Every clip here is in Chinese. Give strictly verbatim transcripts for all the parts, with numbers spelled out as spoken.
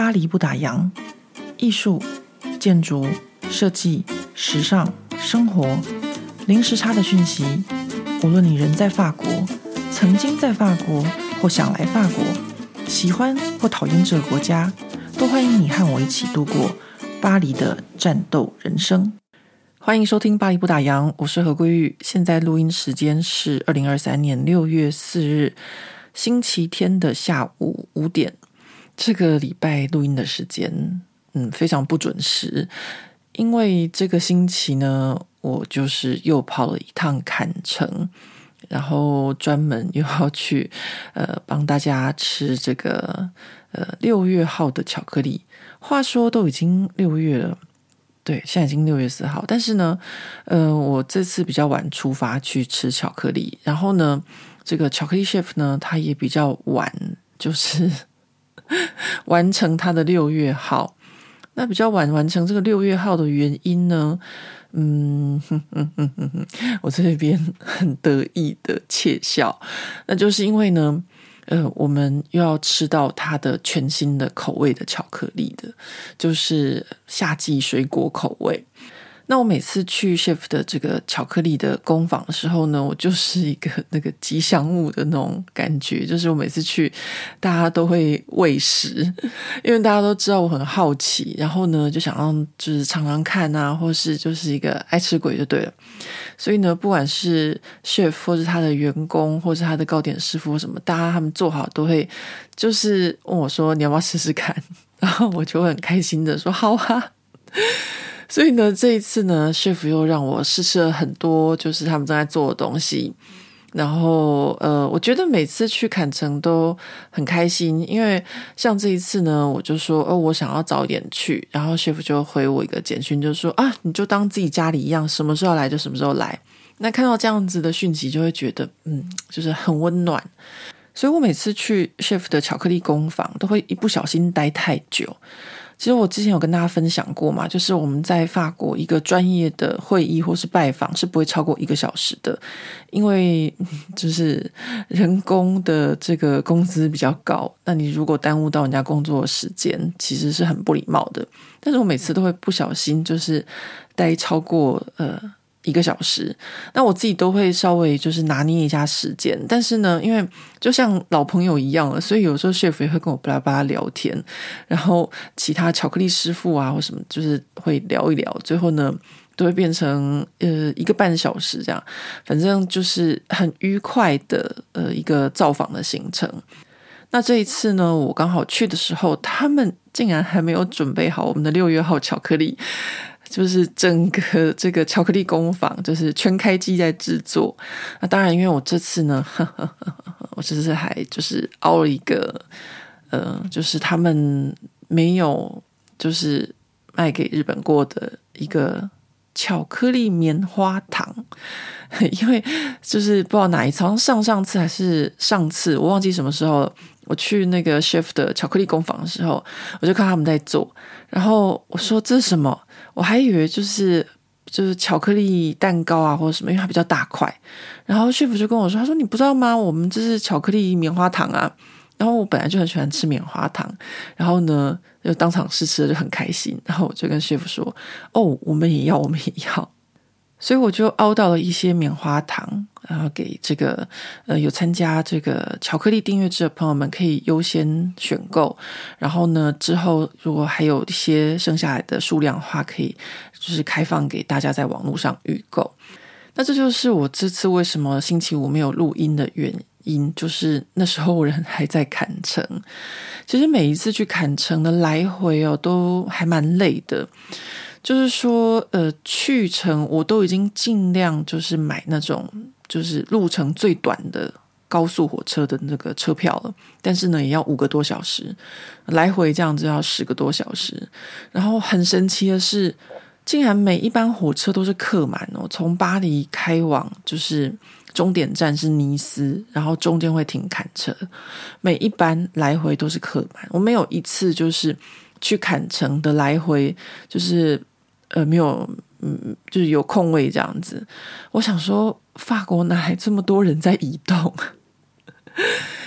巴黎不打烊，艺术、建筑、设计、时尚、生活，零时差的讯息。无论你人在法国，曾经在法国，或想来法国，喜欢或讨厌这个国家，都欢迎你和我一起度过巴黎的战斗人生。欢迎收听巴黎不打烊，我是何桂玉。现在录音时间是二零二三年六月四日星期天的下午五点。这个礼拜录音的时间嗯非常不准时，因为这个星期呢我就是又跑了一趟坎城，然后专门又要去呃帮大家吃这个呃六月号的巧克力。话说都已经六月了，对，现在已经六月四号，但是呢呃我这次比较晚出发去吃巧克力，然后呢这个巧克力 chef 呢他也比较晚就是完成他的六月号。那比较晚完成这个六月号的原因呢，嗯哼哼哼哼哼，我这边很得意的窃笑，那就是因为呢呃，我们又要吃到它的全新的口味的巧克力的，就是夏季水果口味。那我每次去 chef 的这个巧克力的工坊的时候呢，我就是一个那个吉祥物的那种感觉，就是我每次去大家都会喂食，因为大家都知道我很好奇，然后呢就想让就是尝尝看啊，或是就是一个爱吃鬼就对了。所以呢不管是 chef 或是他的员工或是他的糕点师傅什么，大家他们做好都会就是问我说你要不要试试看，然后我就会很开心的说好啊。所以呢这一次呢 chef 又让我试吃了很多就是他们正在做的东西，然后呃，我觉得每次去坎城都很开心，因为像这一次呢我就说哦，我想要早一点去，然后 chef 就回我一个简讯，就说啊，你就当自己家里一样，什么时候来就什么时候来。那看到这样子的讯息就会觉得嗯，就是很温暖。所以我每次去 chef 的巧克力工坊都会一不小心待太久。其实我之前有跟大家分享过嘛，就是我们在法国一个专业的会议或是拜访是不会超过一个小时的，因为就是人工的这个工资比较高，那你如果耽误到人家工作的时间其实是很不礼貌的。但是我每次都会不小心就是待超过呃一个小时，那我自己都会稍微就是拿捏一下时间，但是呢因为就像老朋友一样了，所以有时候 chef 也会跟我巴拉巴拉聊天，然后其他巧克力师傅啊或什么就是会聊一聊，最后呢都会变成呃一个半小时这样，反正就是很愉快的呃一个造访的行程。那这一次呢我刚好去的时候，他们竟然还没有准备好我们的六月号巧克力，就是整个这个巧克力工坊就是全开机在制作。那当然因为我这次呢呵呵呵呵我这次还就是凹了一个呃，就是他们没有就是卖给日本过的一个巧克力棉花糖。因为就是不知道哪一次，好像上上次还是上次我忘记什么时候了，我去那个 chef 的巧克力工坊的时候，我就看他们在做，然后我说这是什么，我还以为就是就是巧克力蛋糕啊或者什么，因为它比较大块，然后 chef 就跟我说，他说你不知道吗，我们这是巧克力棉花糖啊。然后我本来就很喜欢吃棉花糖，然后呢就当场试吃的就很开心，然后我就跟 chef 说哦，我们也要我们也要。所以我就凹到了一些棉花糖，然后给这个呃有参加这个巧克力订阅制的朋友们可以优先选购，然后呢之后如果还有一些剩下来的数量的话，可以就是开放给大家在网络上预购。那这就是我这次为什么星期五没有录音的原因，就是那时候人还在坎城。其实每一次去坎城的来回哦都还蛮累的，就是说呃，去程我都已经尽量就是买那种就是路程最短的高速火车的那个车票了，但是呢也要五个多小时，来回这样子要十个多小时。然后很神奇的是竟然每一班火车都是客满哦，从巴黎开往就是终点站是尼斯，然后中间会停坎城，每一班来回都是客满。我没有一次就是去坎城的来回就是呃没有嗯就是有空位这样子。我想说法国哪来这么多人在移动？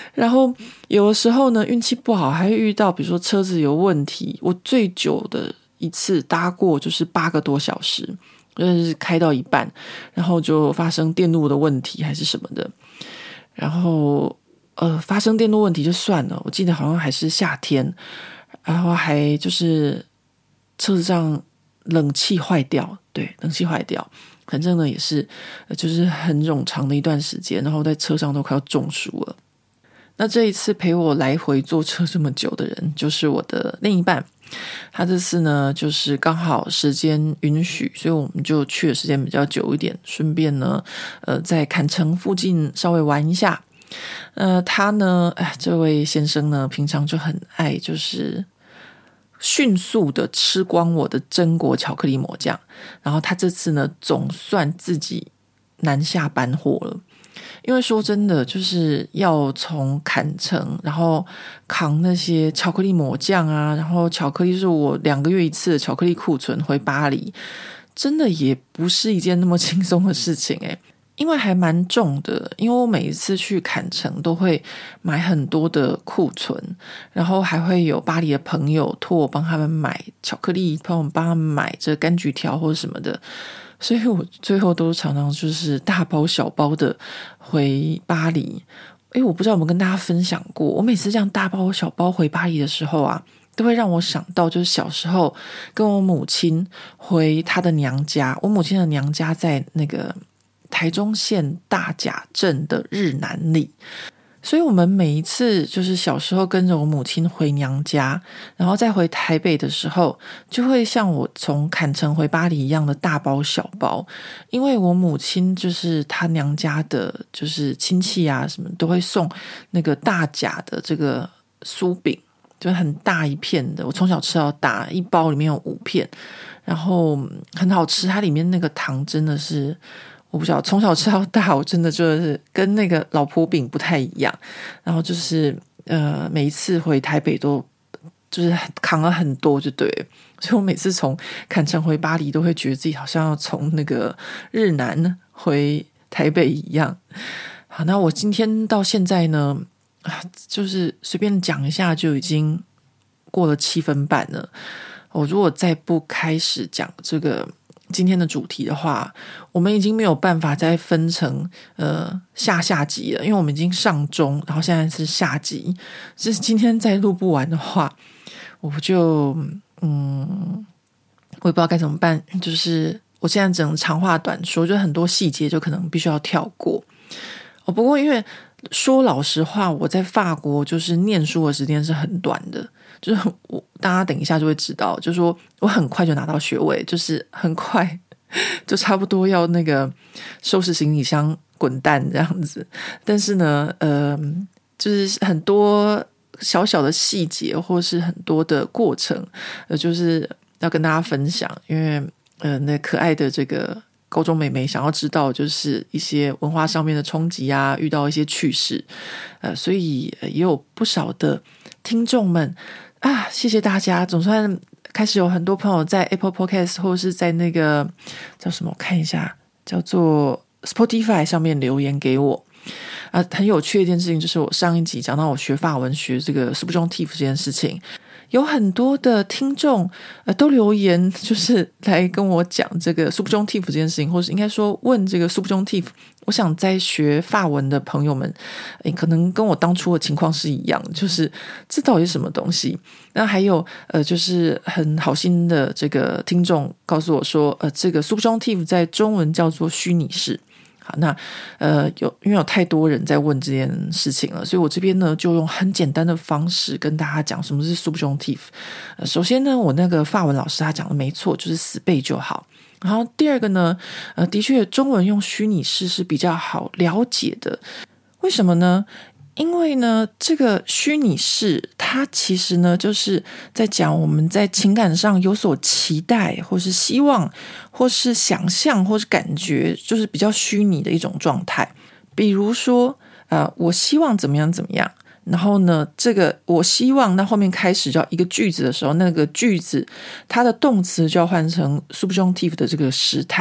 然后有的时候呢运气不好还会遇到比如说车子有问题，我最久的一次搭过就是八个多小时，就是开到一半然后就发生电路的问题还是什么的，然后呃发生电路问题就算了，我记得好像还是夏天，然后还就是车子上冷气坏掉，对，冷气坏掉，反正呢也是就是很冗长的一段时间，然后在车上都快要中暑了。那这一次陪我来回坐车这么久的人就是我的另一半，他这次呢就是刚好时间允许，所以我们就去的时间比较久一点，顺便呢呃在坎城附近稍微玩一下。呃他呢哎这位先生呢平常就很爱就是迅速的吃光我的榛果巧克力抹酱，然后他这次呢总算自己南下搬货了。因为说真的就是要从坎城然后扛那些巧克力抹酱啊，然后巧克力是我两个月一次的巧克力库存回巴黎，真的也不是一件那么轻松的事情诶，因为还蛮重的，因为我每一次去坎城都会买很多的库存，然后还会有巴黎的朋友托我帮他们买巧克力，帮我帮他们买这柑橘条或者什么的，所以我最后都常常就是大包小包的回巴黎。诶，我不知道有没有跟大家分享过，我每次这样大包小包回巴黎的时候啊，都会让我想到就是小时候跟我母亲回她的娘家，我母亲的娘家在那个台中县大甲镇的日南里，所以我们每一次就是小时候跟着我母亲回娘家，然后再回台北的时候，就会像我从坎城回巴黎一样的大包小包，因为我母亲就是她娘家的就是亲戚啊什么都会送那个大甲的这个酥饼，就很大一片的，我从小吃到大，一包里面有五片，然后很好吃，它里面那个糖真的是我不知道，从小吃到大，我真的就是跟那个老婆饼不太一样。然后就是呃，每一次回台北都就是扛了很多，就对了。所以我每次从坎城回巴黎，都会觉得自己好像要从那个日南回台北一样。好，那我今天到现在呢，啊，就是随便讲一下，就已经过了七分半了。我如果再不开始讲这个今天的主题的话，我们已经没有办法再分成呃下下集了，因为我们已经上中，然后现在是下集，就是今天再录不完的话，我就嗯，我也不知道该怎么办，就是我现在只能长话短说，就很多细节就可能必须要跳过。哦，不过因为说老实话，我在法国就是念书的时间是很短的。就是我大家等一下就会知道，就是说我很快就拿到学位，就是很快就差不多要那个收拾行李箱滚蛋这样子。但是呢呃，就是很多小小的细节或是很多的过程呃，就是要跟大家分享，因为呃，那可爱的这个高中妹妹想要知道就是一些文化上面的冲击啊，遇到一些趣事呃，所以也有不少的听众们啊，谢谢大家，总算开始有很多朋友在 Apple Podcast 或者是在那个叫什么，我看一下，叫做 Spotify 上面留言给我啊。很有趣的一件事情就是我上一集讲到我学法文学这个 subjunctive 这件事情，有很多的听众呃都留言，就是来跟我讲这个 subjunctive 这件事情，或是应该说问这个 subjunctive。我想在学法文的朋友们，可能跟我当初的情况是一样，就是这到底是什么东西？那还有呃，就是很好心的这个听众告诉我说，呃，这个 subjunctive 在中文叫做虚拟式。好，那呃有因为有太多人在问这件事情了，所以我这边呢就用很简单的方式跟大家讲什么是 subjunctive。呃，首先呢，我那个法文老师他讲的没错，就是死背就好。然后第二个呢，呃，的确中文用虚拟式是比较好了解的。为什么呢？因为呢，这个虚拟式它其实呢就是在讲我们在情感上有所期待，或是希望，或是想象，或是感觉，就是比较虚拟的一种状态。比如说呃，我希望怎么样怎么样，然后呢这个我希望那后面开始叫一个句子的时候，那个句子它的动词就要换成 subjunctive 的这个时态。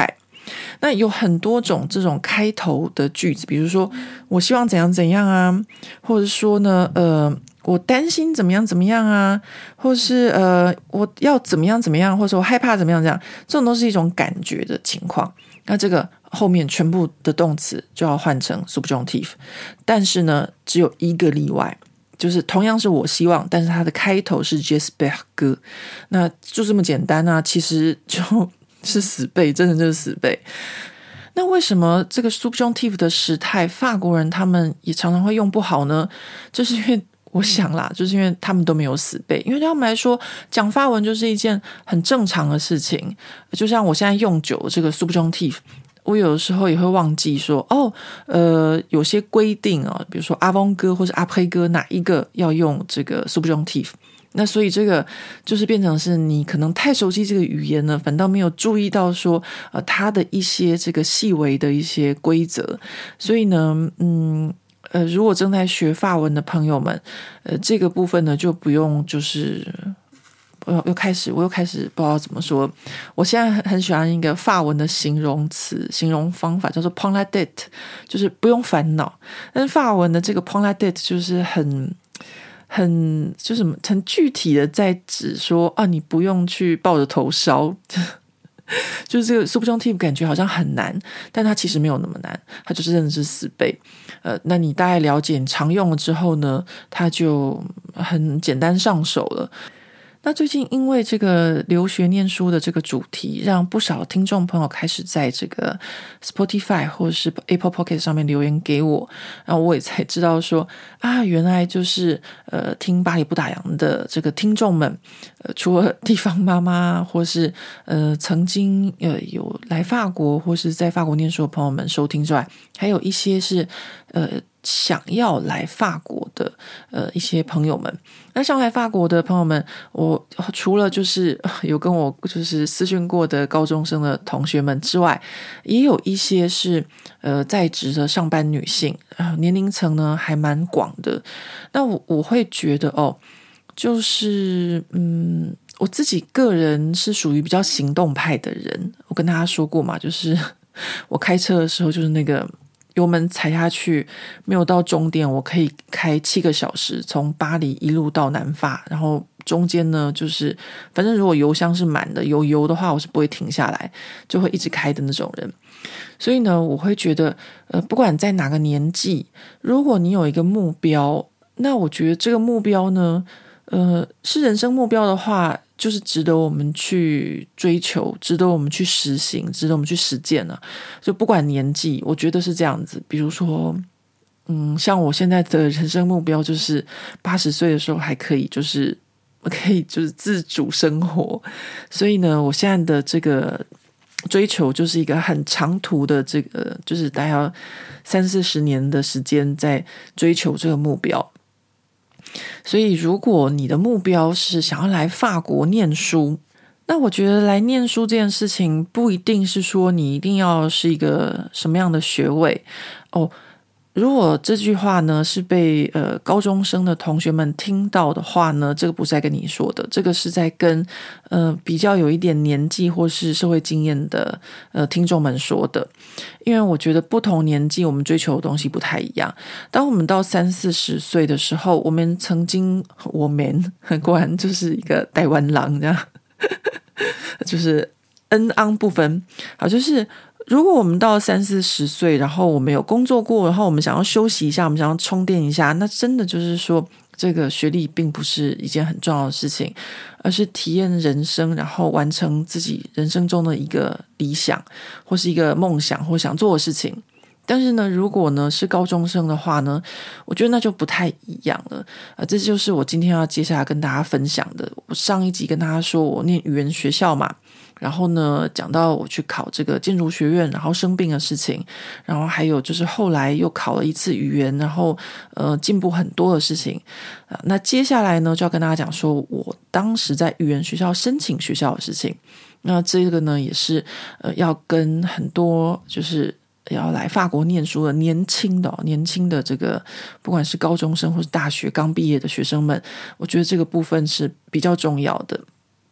那有很多种这种开头的句子，比如说我希望怎样怎样啊，或者说呢呃我担心怎么样怎么样啊，或是呃我要怎么样怎么样，或者我害怕怎么样怎样，这种都是一种感觉的情况。那这个后面全部的动词就要换成 subjunctive， 但是呢只有一个例外，就是同样是我希望，但是它的开头是 j'espère que， 那就这么简单啊，其实就是死背，真的就是死背。那为什么这个 subjunctive 的时态法国人他们也常常会用不好呢？就是因为我想啦，就是因为他们都没有死背，因为对他们来说讲法文就是一件很正常的事情。就像我现在用久这个 subjunctive， 我有的时候也会忘记说哦，呃，有些规定啊，比如说 avant 歌或是 après 歌哪一个要用这个 subjunctive， 那所以这个就是变成是你可能太熟悉这个语言呢，反倒没有注意到说呃它的一些这个细微的一些规则。所以呢嗯呃，如果正在学法文的朋友们，呃，这个部分呢就不用就是呃又开始我又开始不知道怎么说。我现在很很喜欢一个法文的形容词形容方法，叫做 prends la tête， 就是不用烦恼。但是法文的这个 prends la tête 就是很很就是很具体的在指说啊，你不用去抱着头烧。就是这个 subjunctive 感觉好像很难，但它其实没有那么难，它就是真的是死背。呃，那你大概了解你常用了之后呢，它就很简单上手了。那最近因为这个留学念书的这个主题，让不少听众朋友开始在这个 Spotify 或者是 Apple Podcast 上面留言给我，然后我也才知道说啊，原来就是呃听巴黎不打烊的这个听众们，呃除了地方妈妈或是呃曾经呃有来法国或是在法国念书的朋友们收听之外，还有一些是呃想要来法国的呃一些朋友们。那想来法国的朋友们，我除了就是有跟我就是私讯过的高中生的同学们之外，也有一些是呃在职的上班女性，呃、年龄层呢还蛮广的。那我我会觉得哦，就是嗯，我自己个人是属于比较行动派的人。我跟大家说过嘛，就是我开车的时候就是那个油门踩下去，没有到终点，我可以开七个小时，从巴黎一路到南法，然后中间呢，就是反正如果油箱是满的，有油的话，我是不会停下来，就会一直开的那种人。所以呢，我会觉得，呃，不管在哪个年纪，如果你有一个目标，那我觉得这个目标呢，呃，是人生目标的话，就是值得我们去追求，值得我们去实行，值得我们去实践啊。就不管年纪，我觉得是这样子。比如说，嗯，像我现在的人生目标就是八十岁的时候还可以，就是可以就是自主生活。所以呢，我现在的这个追求就是一个很长途的这个，就是大概要三四十年的时间在追求这个目标。所以如果你的目标是想要来法国念书，那我觉得来念书这件事情不一定是说你一定要是一个什么样的学位哦。如果这句话呢是被呃高中生的同学们听到的话呢，这个不是在跟你说的，这个是在跟呃比较有一点年纪或是社会经验的呃听众们说的。因为我觉得不同年纪我们追求的东西不太一样。当我们到三四十岁的时候，我们曾经我们果然就是一个台湾狼这样，就是恩昂不分。好，就是如果我们到三四十岁，然后我们有工作过，然后我们想要休息一下，我们想要充电一下，那真的就是说这个学历并不是一件很重要的事情，而是体验人生，然后完成自己人生中的一个理想或是一个梦想或想做的事情。但是呢，如果呢是高中生的话呢，我觉得那就不太一样了。呃，这就是我今天要接下来跟大家分享的。我上一集跟大家说我念语言学校嘛，然后呢讲到我去考这个建筑学院，然后生病的事情，然后还有就是后来又考了一次语言，然后呃进步很多的事情。呃、那接下来呢就要跟大家讲说我当时在语言学校申请学校的事情。那这个呢也是呃要跟很多就是要来法国念书的年轻的、哦、年轻的这个不管是高中生或是大学刚毕业的学生们，我觉得这个部分是比较重要的。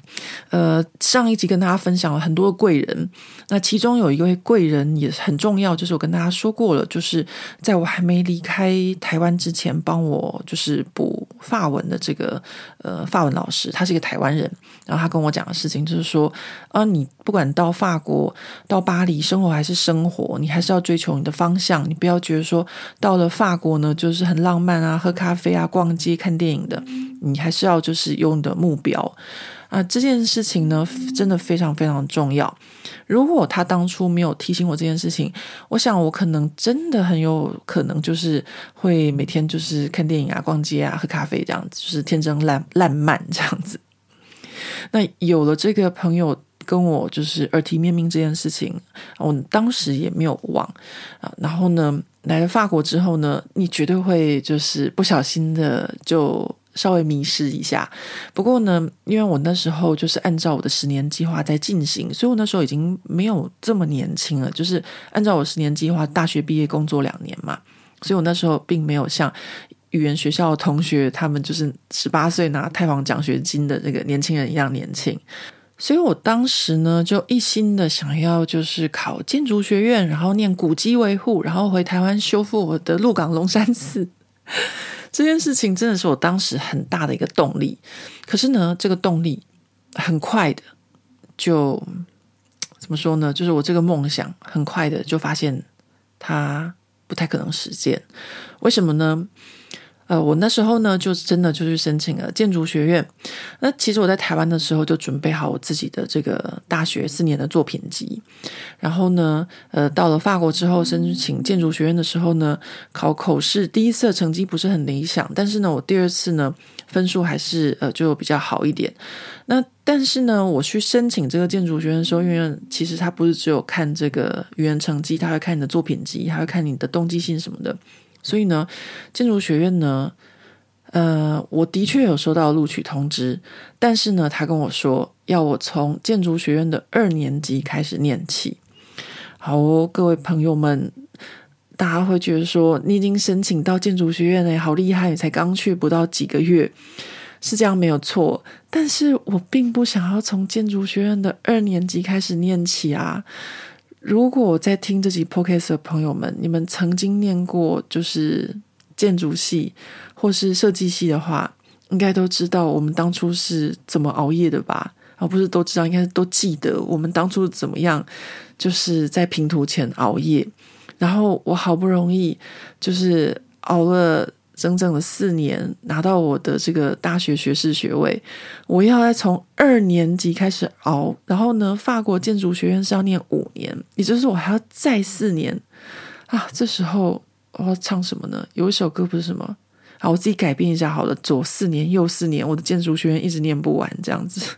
呃，上一集跟大家分享了很多贵人，那其中有一位贵人也很重要，就是我跟大家说过了，就是在我还没离开台湾之前帮我就是补法文的这个呃法文老师，他是一个台湾人，然后他跟我讲的事情就是说啊，你不管到法国到巴黎生活还是生活，你还是要追求你的方向，你不要觉得说到了法国呢就是很浪漫啊，喝咖啡啊，逛街看电影的，你还是要就是有你的目标啊，这件事情呢真的非常非常重要。如果他当初没有提醒我这件事情，我想我可能真的很有可能就是会每天就是看电影啊，逛街啊，喝咖啡这样子，就是天真烂烂漫这样子。那有了这个朋友跟我就是耳提面命这件事情，我当时也没有忘啊。然后呢，来了法国之后呢，你绝对会就是不小心的就稍微迷失一下。不过呢，因为我那时候就是按照我的十年计划在进行，所以我那时候已经没有这么年轻了，就是按照我十年计划，大学毕业工作两年嘛，所以我那时候并没有像语言学校的同学他们就是十八岁拿太皇奖学金的那个年轻人一样年轻。所以我当时呢就一心的想要就是考建筑学院，然后念古迹维护，然后回台湾修复我的鹿港龙山寺。这件事情真的是我当时很大的一个动力。可是呢，这个动力很快的就怎么说呢，就是我这个梦想很快的就发现它不太可能实现。为什么呢？呃，我那时候呢，就真的就去申请了建筑学院。那其实我在台湾的时候就准备好我自己的这个大学四年的作品集。然后呢，呃，到了法国之后申请建筑学院的时候呢，考口试第一次的成绩不是很理想，但是呢，我第二次呢分数还是呃就比较好一点。那但是呢，我去申请这个建筑学院的时候，因为其实它不是只有看这个语言成绩，它会看你的作品集，它会看你的动机性什么的。所以呢，建筑学院呢，呃，我的确有收到录取通知，但是呢，他跟我说要我从建筑学院的二年级开始念起。好哦，各位朋友们，大家会觉得说你已经申请到建筑学院了，好厉害，你才刚去不到几个月，是这样没有错。但是我并不想要从建筑学院的二年级开始念起啊。如果在听这集 podcast 的朋友们，你们曾经念过就是建筑系或是设计系的话，应该都知道我们当初是怎么熬夜的吧？而不是都知道，应该都记得我们当初怎么样，就是在评图前熬夜。然后我好不容易就是熬了整整的四年，拿到我的这个大学学士学位，我要再从二年级开始熬，然后呢，法国建筑学院是要念五年，也就是我还要再四年啊！这时候我要唱什么呢？有一首歌不是什么啊，我自己改变一下好了，左四年右四年，我的建筑学院一直念不完这样子。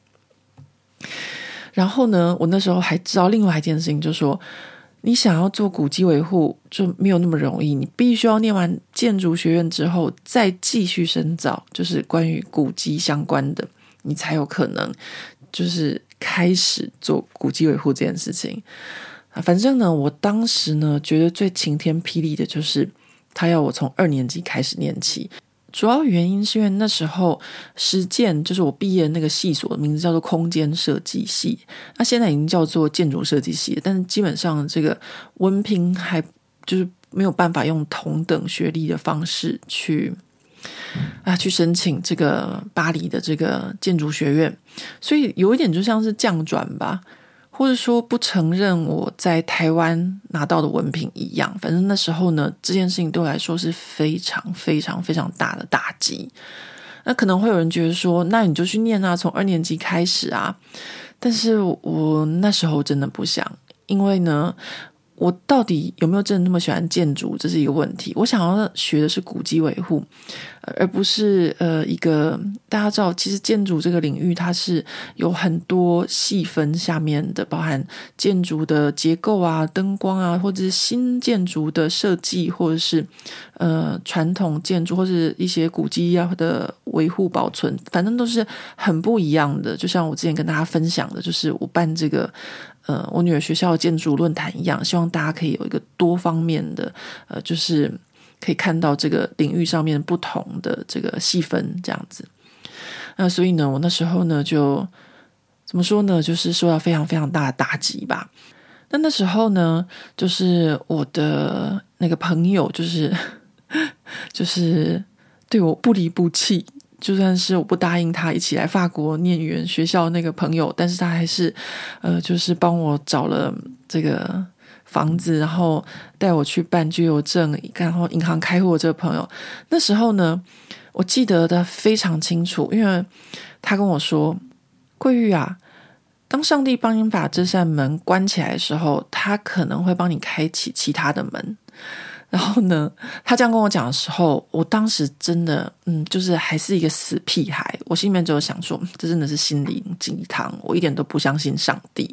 然后呢，我那时候还知道另外一件事情，就是说你想要做古迹维护就没有那么容易，你必须要念完建筑学院之后再继续深造，就是关于古迹相关的，你才有可能就是开始做古迹维护这件事情。反正呢，我当时呢觉得最晴天霹雳的就是他要我从二年级开始念起。主要原因是因为那时候实践就是我毕业的那个系所的名字叫做空间设计系，那现在已经叫做建筑设计系了，但是基本上这个文凭还就是没有办法用同等学历的方式去啊去申请这个巴黎的这个建筑学院，所以有一点就像是降转吧，或者说不承认我在台湾拿到的文凭一样。反正那时候呢，这件事情对我来说是非常非常非常大的打击。那可能会有人觉得说，那你就去念啊，从二年级开始啊。但是我那时候真的不想，因为呢，我到底有没有真的那么喜欢建筑，这是一个问题。我想要学的是古迹维护，而不是呃一个大家知道，其实建筑这个领域它是有很多细分下面的，包含建筑的结构啊、灯光啊，或者是新建筑的设计，或者是呃传统建筑或是一些古迹啊的维护保存，反正都是很不一样的。就像我之前跟大家分享的，就是我办这个呃我女儿学校的建筑论坛一样，希望大家可以有一个多方面的呃就是可以看到这个领域上面不同的这个细分这样子。 那所以呢，我那时候呢就怎么说呢，就是受到非常非常大的打击吧。那那时候呢，就是我的那个朋友，就是就是对我不离不弃，就算是我不答应他一起来法国念语言学校那个朋友，但是他还是呃，就是帮我找了这个房子，然后带我去办居留证，然后银行开户的这个朋友，那时候呢，我记得的非常清楚，因为他跟我说：“桂玉啊，当上帝帮你把这扇门关起来的时候，他可能会帮你开启其他的门。”然后呢，他这样跟我讲的时候，我当时真的，嗯，就是还是一个死屁孩，我心里面就有想说，这真的是心灵鸡汤，我一点都不相信上帝。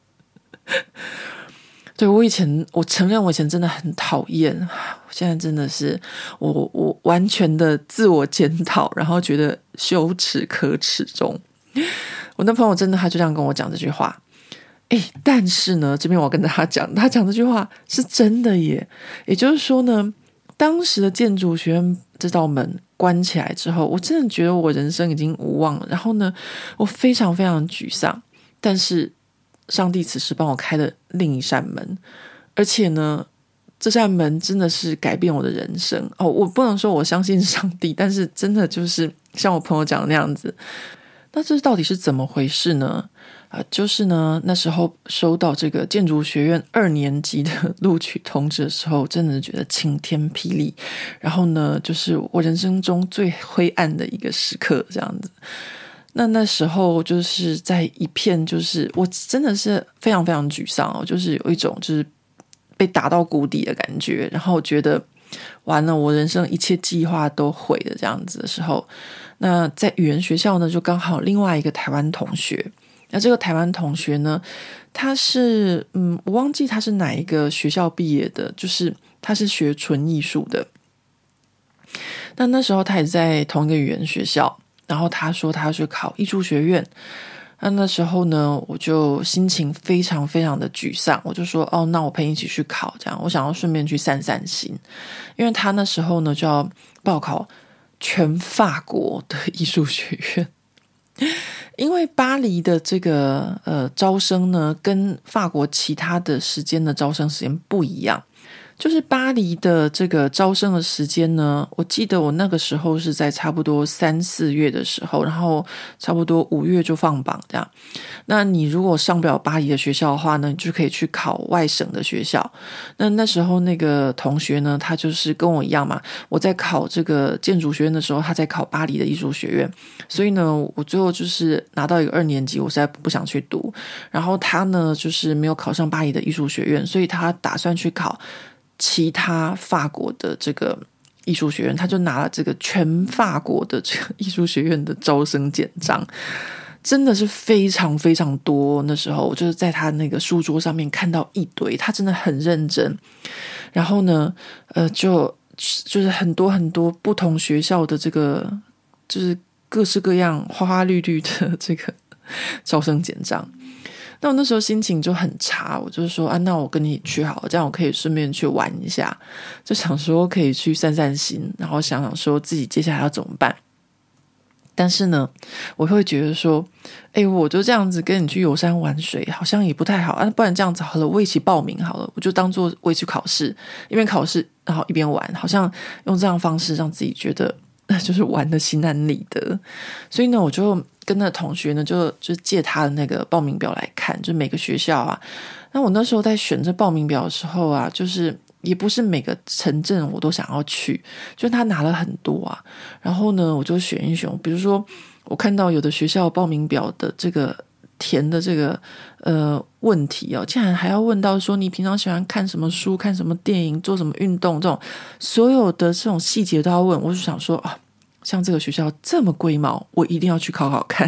对，我以前，我承认我以前真的很讨厌，我现在真的是我我完全的自我检讨，然后觉得羞耻可耻中。我那朋友真的他就这样跟我讲这句话。诶，但是呢，这边我要跟大家讲，他讲这句话是真的耶。也就是说呢，当时的建筑学院这道门关起来之后，我真的觉得我人生已经无望了。然后呢，我非常非常沮丧。但是上帝此时帮我开了另一扇门，而且呢，这扇门真的是改变我的人生哦。我不能说我相信上帝，但是真的就是像我朋友讲的那样子。那这到底是怎么回事呢？呃，就是呢，那时候收到这个建筑学院二年级的录取通知的时候，真的觉得晴天霹雳。然后呢，就是我人生中最灰暗的一个时刻，这样子。那那时候就是在一片，就是我真的是非常非常沮丧哦，就是有一种就是被打到谷底的感觉，然后觉得完了，我人生一切计划都毁了这样子的时候，那在语言学校呢，就刚好另外一个台湾同学。那这个台湾同学呢，他是嗯，我忘记他是哪一个学校毕业的，就是他是学纯艺术的。那那时候他也在同一个语言学校，然后他说他要去考艺术学院。那那时候呢，我就心情非常非常的沮丧，我就说哦，那我陪你一起去考，这样我想要顺便去散散心，因为他那时候呢就要报考全法国的艺术学院。因为巴黎的这个呃招生呢，跟法国其他的时间的招生时间不一样。就是巴黎的这个招生的时间呢，我记得我那个时候是在差不多三四月的时候，然后差不多五月就放榜这样。那你如果上不了巴黎的学校的话呢，你就可以去考外省的学校。那那时候那个同学呢，他就是跟我一样嘛，我在考这个建筑学院的时候，他在考巴黎的艺术学院。所以呢，我最后就是拿到一个二年级，我实在不想去读。然后他呢，就是没有考上巴黎的艺术学院，所以他打算去考其他法国的这个艺术学院，他就拿了这个全法国的这个艺术学院的招生简章，真的是非常非常多。那时候我就是在他那个书桌上面看到一堆，他真的很认真。然后呢，呃，就就是很多很多不同学校的这个，就是各式各样花花绿绿的这个招生简章。那我那时候心情就很差，我就说啊，那我跟你去好了，这样我可以顺便去玩一下，就想说可以去散散心，然后想想说自己接下来要怎么办。但是呢，我会觉得说，哎，我就这样子跟你去游山玩水，好像也不太好啊。不然这样子好了，我一起报名好了，我就当做我一起考试，一边考试然后一边玩，好像用这样的方式让自己觉得就是玩的心安理得。所以呢，我就跟那同学呢，就就借他的那个报名表来看，就每个学校啊。那我那时候在选这报名表的时候啊，就是也不是每个城镇我都想要去，就他拿了很多啊。然后呢，我就选一选，比如说我看到有的学校报名表的这个填的这个呃问题哦，竟然还要问到说你平常喜欢看什么书、看什么电影、做什么运动，这种所有的这种细节都要问。我就想说啊，像这个学校这么龟毛，我一定要去考考看。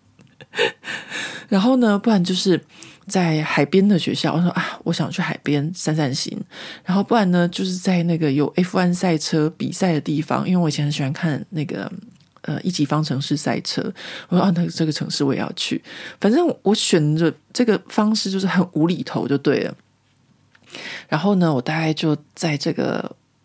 然后呢，不然就是在海边的学校，我说啊，我想去海边散散心。然后不然呢，就是在那个有 F 一 赛车比赛的地方，因为我以前很喜欢看那个呃一级方程式赛车，我说啊，那这个城市我也要去。反正我选的这个方式就是很无厘头就对了。然后呢，我大概就在这个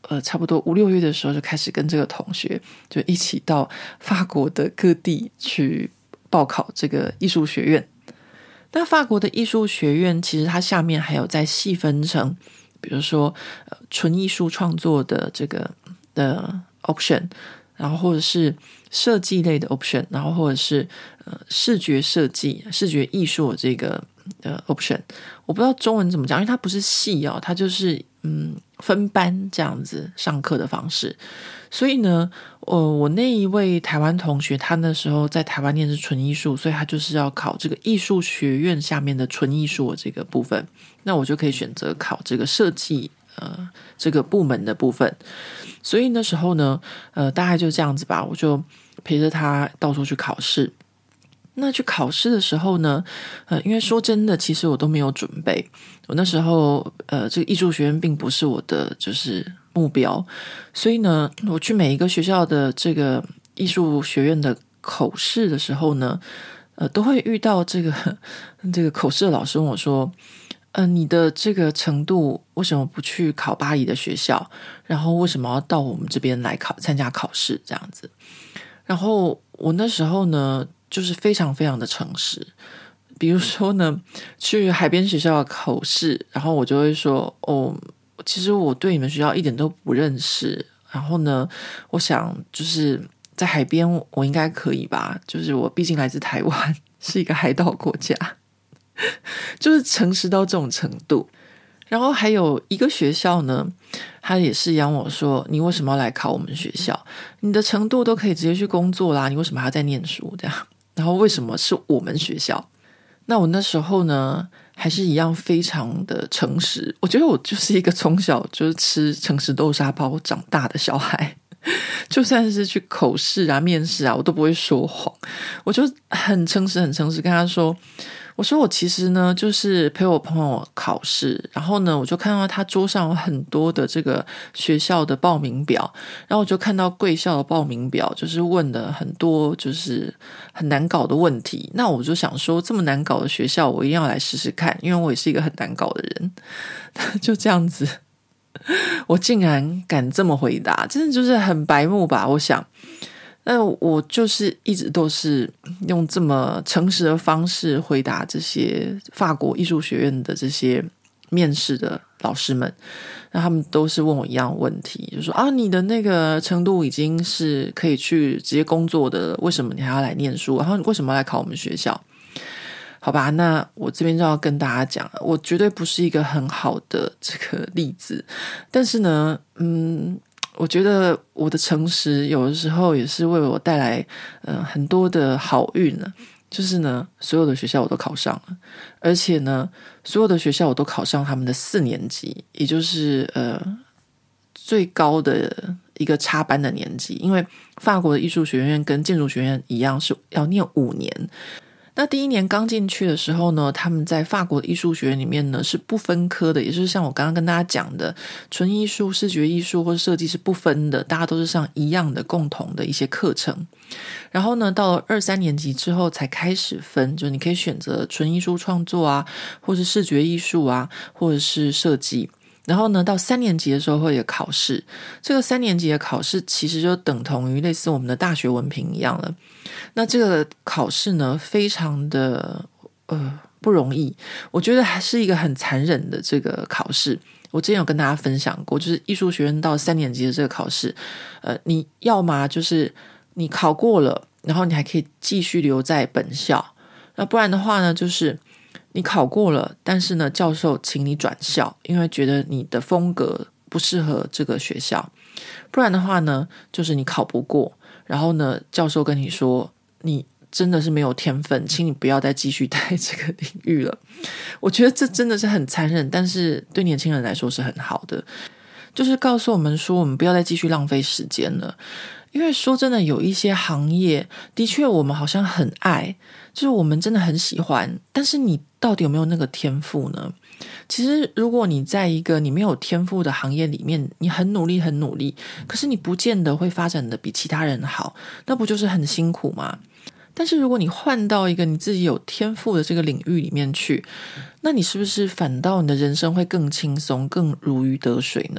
呃差不多五六月的时候就开始跟这个同学就一起到法国的各地去报考这个艺术学院。那法国的艺术学院其实它下面还有再细分成，比如说呃纯艺术创作的这个的 option， 然后或者是设计类的 option， 然后或者是呃视觉设计、视觉艺术的这个呃 option。我不知道中文怎么讲，因为它不是系哦，它就是嗯分班这样子上课的方式。所以呢，呃，我那一位台湾同学，他那时候在台湾念是纯艺术，所以他就是要考这个艺术学院下面的纯艺术的这个部分。那我就可以选择考这个设计呃这个部门的部分。所以那时候呢，呃，大概就这样子吧，我就陪着他到处去考试。那去考试的时候呢，呃，因为说真的，其实我都没有准备。我那时候，呃，这个艺术学院并不是我的就是目标，所以呢，我去每一个学校的这个艺术学院的口试的时候呢，呃，都会遇到这个这个口试的老师问我说，呃，你的这个程度为什么不去考巴黎的学校？然后为什么要到我们这边来考参加考试这样子？然后我那时候呢，就是非常非常的诚实。比如说呢，去海边学校口试，然后我就会说，哦，其实我对你们学校一点都不认识。然后呢，我想就是在海边我应该可以吧，就是我毕竟来自台湾，是一个海岛国家，就是诚实到这种程度。然后还有一个学校呢，他也是养我说，你为什么要来考我们学校？你的程度都可以直接去工作啦，你为什么还要再念书这样？然后为什么是我们学校？那我那时候呢，还是一样非常的诚实。我觉得我就是一个从小就是吃诚实豆沙包长大的小孩，就算是去口试啊、面试啊，我都不会说谎。我就很诚实、很诚实跟他说。我说我其实呢，就是陪我朋友考试，然后呢，我就看到他桌上有很多的这个学校的报名表，然后我就看到贵校的报名表，就是问的很多就是很难搞的问题。那我就想说，这么难搞的学校，我一定要来试试看，因为我也是一个很难搞的人。就这样子，我竟然敢这么回答，真的就是很白目吧？我想。那我就是一直都是用这么诚实的方式回答这些法国艺术学院的这些面试的老师们，那他们都是问我一样的问题，就说啊，你的那个程度已经是可以去直接工作的，为什么你还要来念书？然后为什么要来考我们学校？好吧，那我这边就要跟大家讲，我绝对不是一个很好的这个例子，但是呢，嗯。我觉得我的诚实有的时候也是为我带来呃很多的好运呢。就是呢，所有的学校我都考上了，而且呢，所有的学校我都考上他们的四年级，也就是呃最高的一个插班的年级。因为法国的艺术学院跟建筑学院一样是要念五年。那第一年刚进去的时候呢，他们在法国的艺术学院里面呢是不分科的，也就是像我刚刚跟大家讲的，纯艺术、视觉艺术或者设计是不分的，大家都是上一样的共同的一些课程。然后呢，到了二三年级之后才开始分，就你可以选择纯艺术创作啊，或是视觉艺术啊，或者是设计。然后呢，到三年级的时候会有考试，这个三年级的考试其实就等同于类似我们的大学文凭一样了。那这个考试呢，非常的呃不容易，我觉得还是一个很残忍的这个考试。我之前有跟大家分享过，就是艺术学院到三年级的这个考试，呃，你要嘛就是你考过了，然后你还可以继续留在本校，那不然的话呢，就是你考过了，但是呢，教授请你转校，因为觉得你的风格不适合这个学校。不然的话呢，就是你考不过，然后呢，教授跟你说你真的是没有天分，请你不要再继续在这个领域了。我觉得这真的是很残忍，但是对年轻人来说是很好的，就是告诉我们说我们不要再继续浪费时间了。因为说真的，有一些行业的确我们好像很爱，就是我们真的很喜欢，但是你到底有没有那个天赋呢？其实如果你在一个你没有天赋的行业里面，你很努力很努力，可是你不见得会发展的比其他人好，那不就是很辛苦吗？但是如果你换到一个你自己有天赋的这个领域里面去，那你是不是反倒你的人生会更轻松更如鱼得水呢？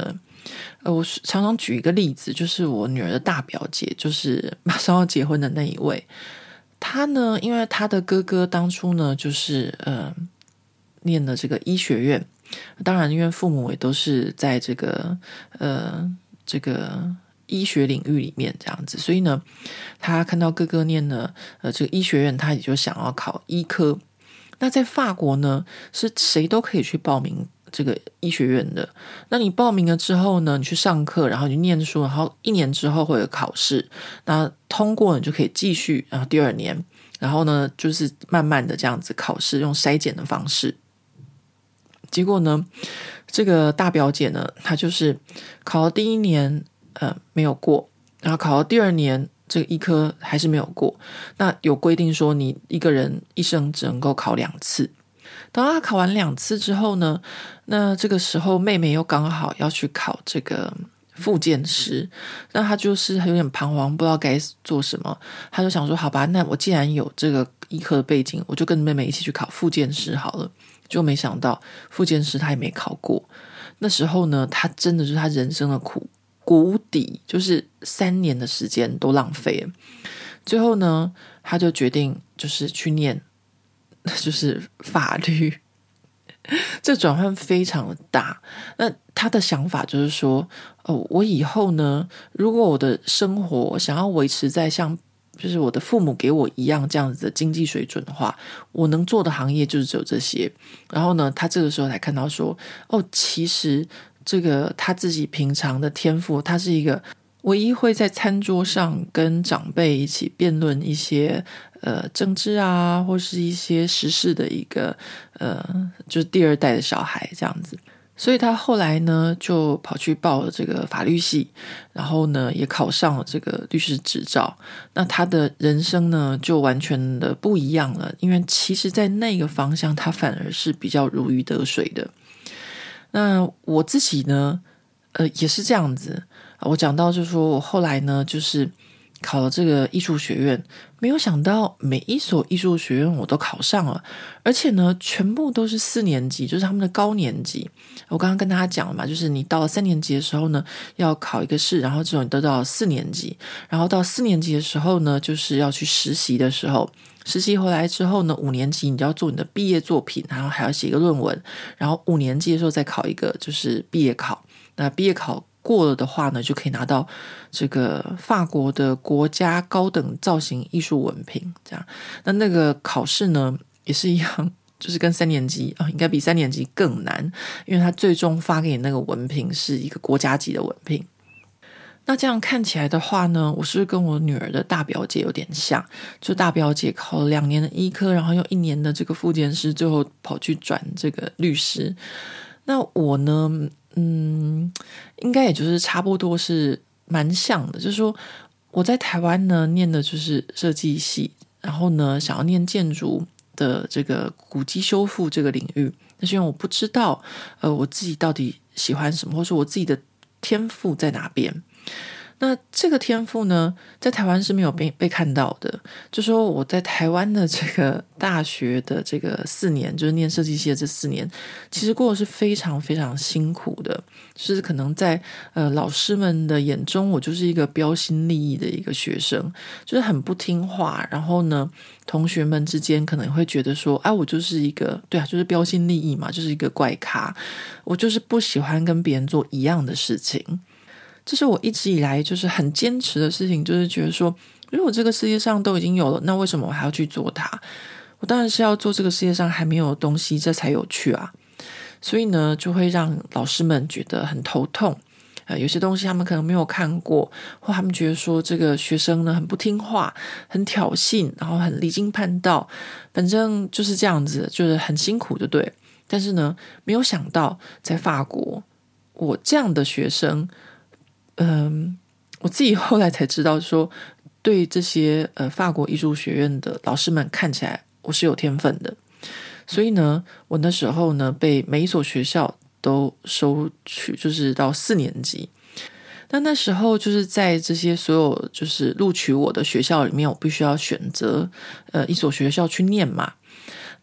呃，我常常举一个例子，就是我女儿的大表姐，就是马上要结婚的那一位。她呢，因为她的哥哥当初呢，就是呃，念了这个医学院，当然因为父母也都是在这个呃这个医学领域里面这样子，所以呢，他看到哥哥念了呃这个医学院，他也就想要考医科。那在法国呢，是谁都可以去报名这个医学院的。那你报名了之后呢，你去上课，然后你念书，然后一年之后会有考试，那通过你就可以继续，然后第二年，然后呢就是慢慢的这样子考试，用筛检的方式。结果呢，这个大表姐呢，她就是考了第一年呃没有过，然后考了第二年这个医科还是没有过。那有规定说你一个人一生只能够考两次。当他考完两次之后呢，那这个时候妹妹又刚好要去考这个复健师，那他就是有点彷徨，不知道该做什么。他就想说好吧，那我既然有这个医科的背景，我就跟妹妹一起去考复健师好了。就没想到复健师他也没考过。那时候呢，他真的是他人生的苦谷底，就是三年的时间都浪费了。最后呢，他就决定就是去念就是法律。这转换非常的大。那他的想法就是说，哦，我以后呢，如果我的生活想要维持在像就是我的父母给我一样这样子的经济水准的话，我能做的行业就是只有这些。然后呢，他这个时候才看到说，哦，其实这个他自己平常的天赋，他是一个唯一会在餐桌上跟长辈一起辩论一些呃政治啊，或是一些时事的一个呃，就是第二代的小孩这样子。所以他后来呢，就跑去报了这个法律系，然后呢，也考上了这个律师执照。那他的人生呢，就完全的不一样了，因为其实在那个方向，他反而是比较如鱼得水的。那我自己呢，呃，也是这样子。我讲到就是说我后来呢，就是考了这个艺术学院，没有想到每一所艺术学院我都考上了，而且呢，全部都是四年级，就是他们的高年级。我刚刚跟大家讲了嘛，就是你到了三年级的时候呢，要考一个试，然后之后你得到了四年级，然后到四年级的时候呢，就是要去实习的时候，实习回来之后呢，五年级你就要做你的毕业作品，然后还要写一个论文，然后五年级的时候再考一个就是毕业考。那毕业考过了的话呢，就可以拿到这个法国的国家高等造型艺术文凭。这样，那那个考试呢也是一样，就是跟三年级啊、哦，应该比三年级更难，因为他最终发给你那个文凭是一个国家级的文凭。那这样看起来的话呢，我是不是跟我女儿的大表姐有点像？就大表姐考了两年的医科，然后又一年的这个复健师，最后跑去转这个律师。那我呢？嗯，应该也就是差不多是蛮像的，就是说我在台湾呢念的就是设计系，然后呢想要念建筑的这个古迹修复这个领域，但是因为我不知道呃我自己到底喜欢什么，或者说我自己的天赋在哪边。那这个天赋呢，在台湾是没有被被看到的。就说我在台湾的这个大学的这个四年，就是念设计系的这四年，其实过得是非常非常辛苦的。就是可能在呃老师们的眼中，我就是一个标新立异的一个学生，就是很不听话。然后呢，同学们之间可能会觉得说，啊，我就是一个对啊，就是标新立异嘛，就是一个怪咖。我就是不喜欢跟别人做一样的事情。这是我一直以来就是很坚持的事情，就是觉得说，如果这个世界上都已经有了，那为什么我还要去做它？我当然是要做这个世界上还没有的东西，这才有趣啊！所以呢，就会让老师们觉得很头痛。呃，有些东西他们可能没有看过，或他们觉得说这个学生呢很不听话，很挑衅，然后很离经叛道，反正就是这样子，就是很辛苦，就对。但是呢，没有想到在法国，我这样的学生。嗯，我自己后来才知道说，对这些呃法国艺术学院的老师们看起来我是有天分的，所以呢，我那时候呢被每一所学校都收取，就是到四年级。那那时候就是在这些所有就是录取我的学校里面，我必须要选择呃一所学校去念嘛。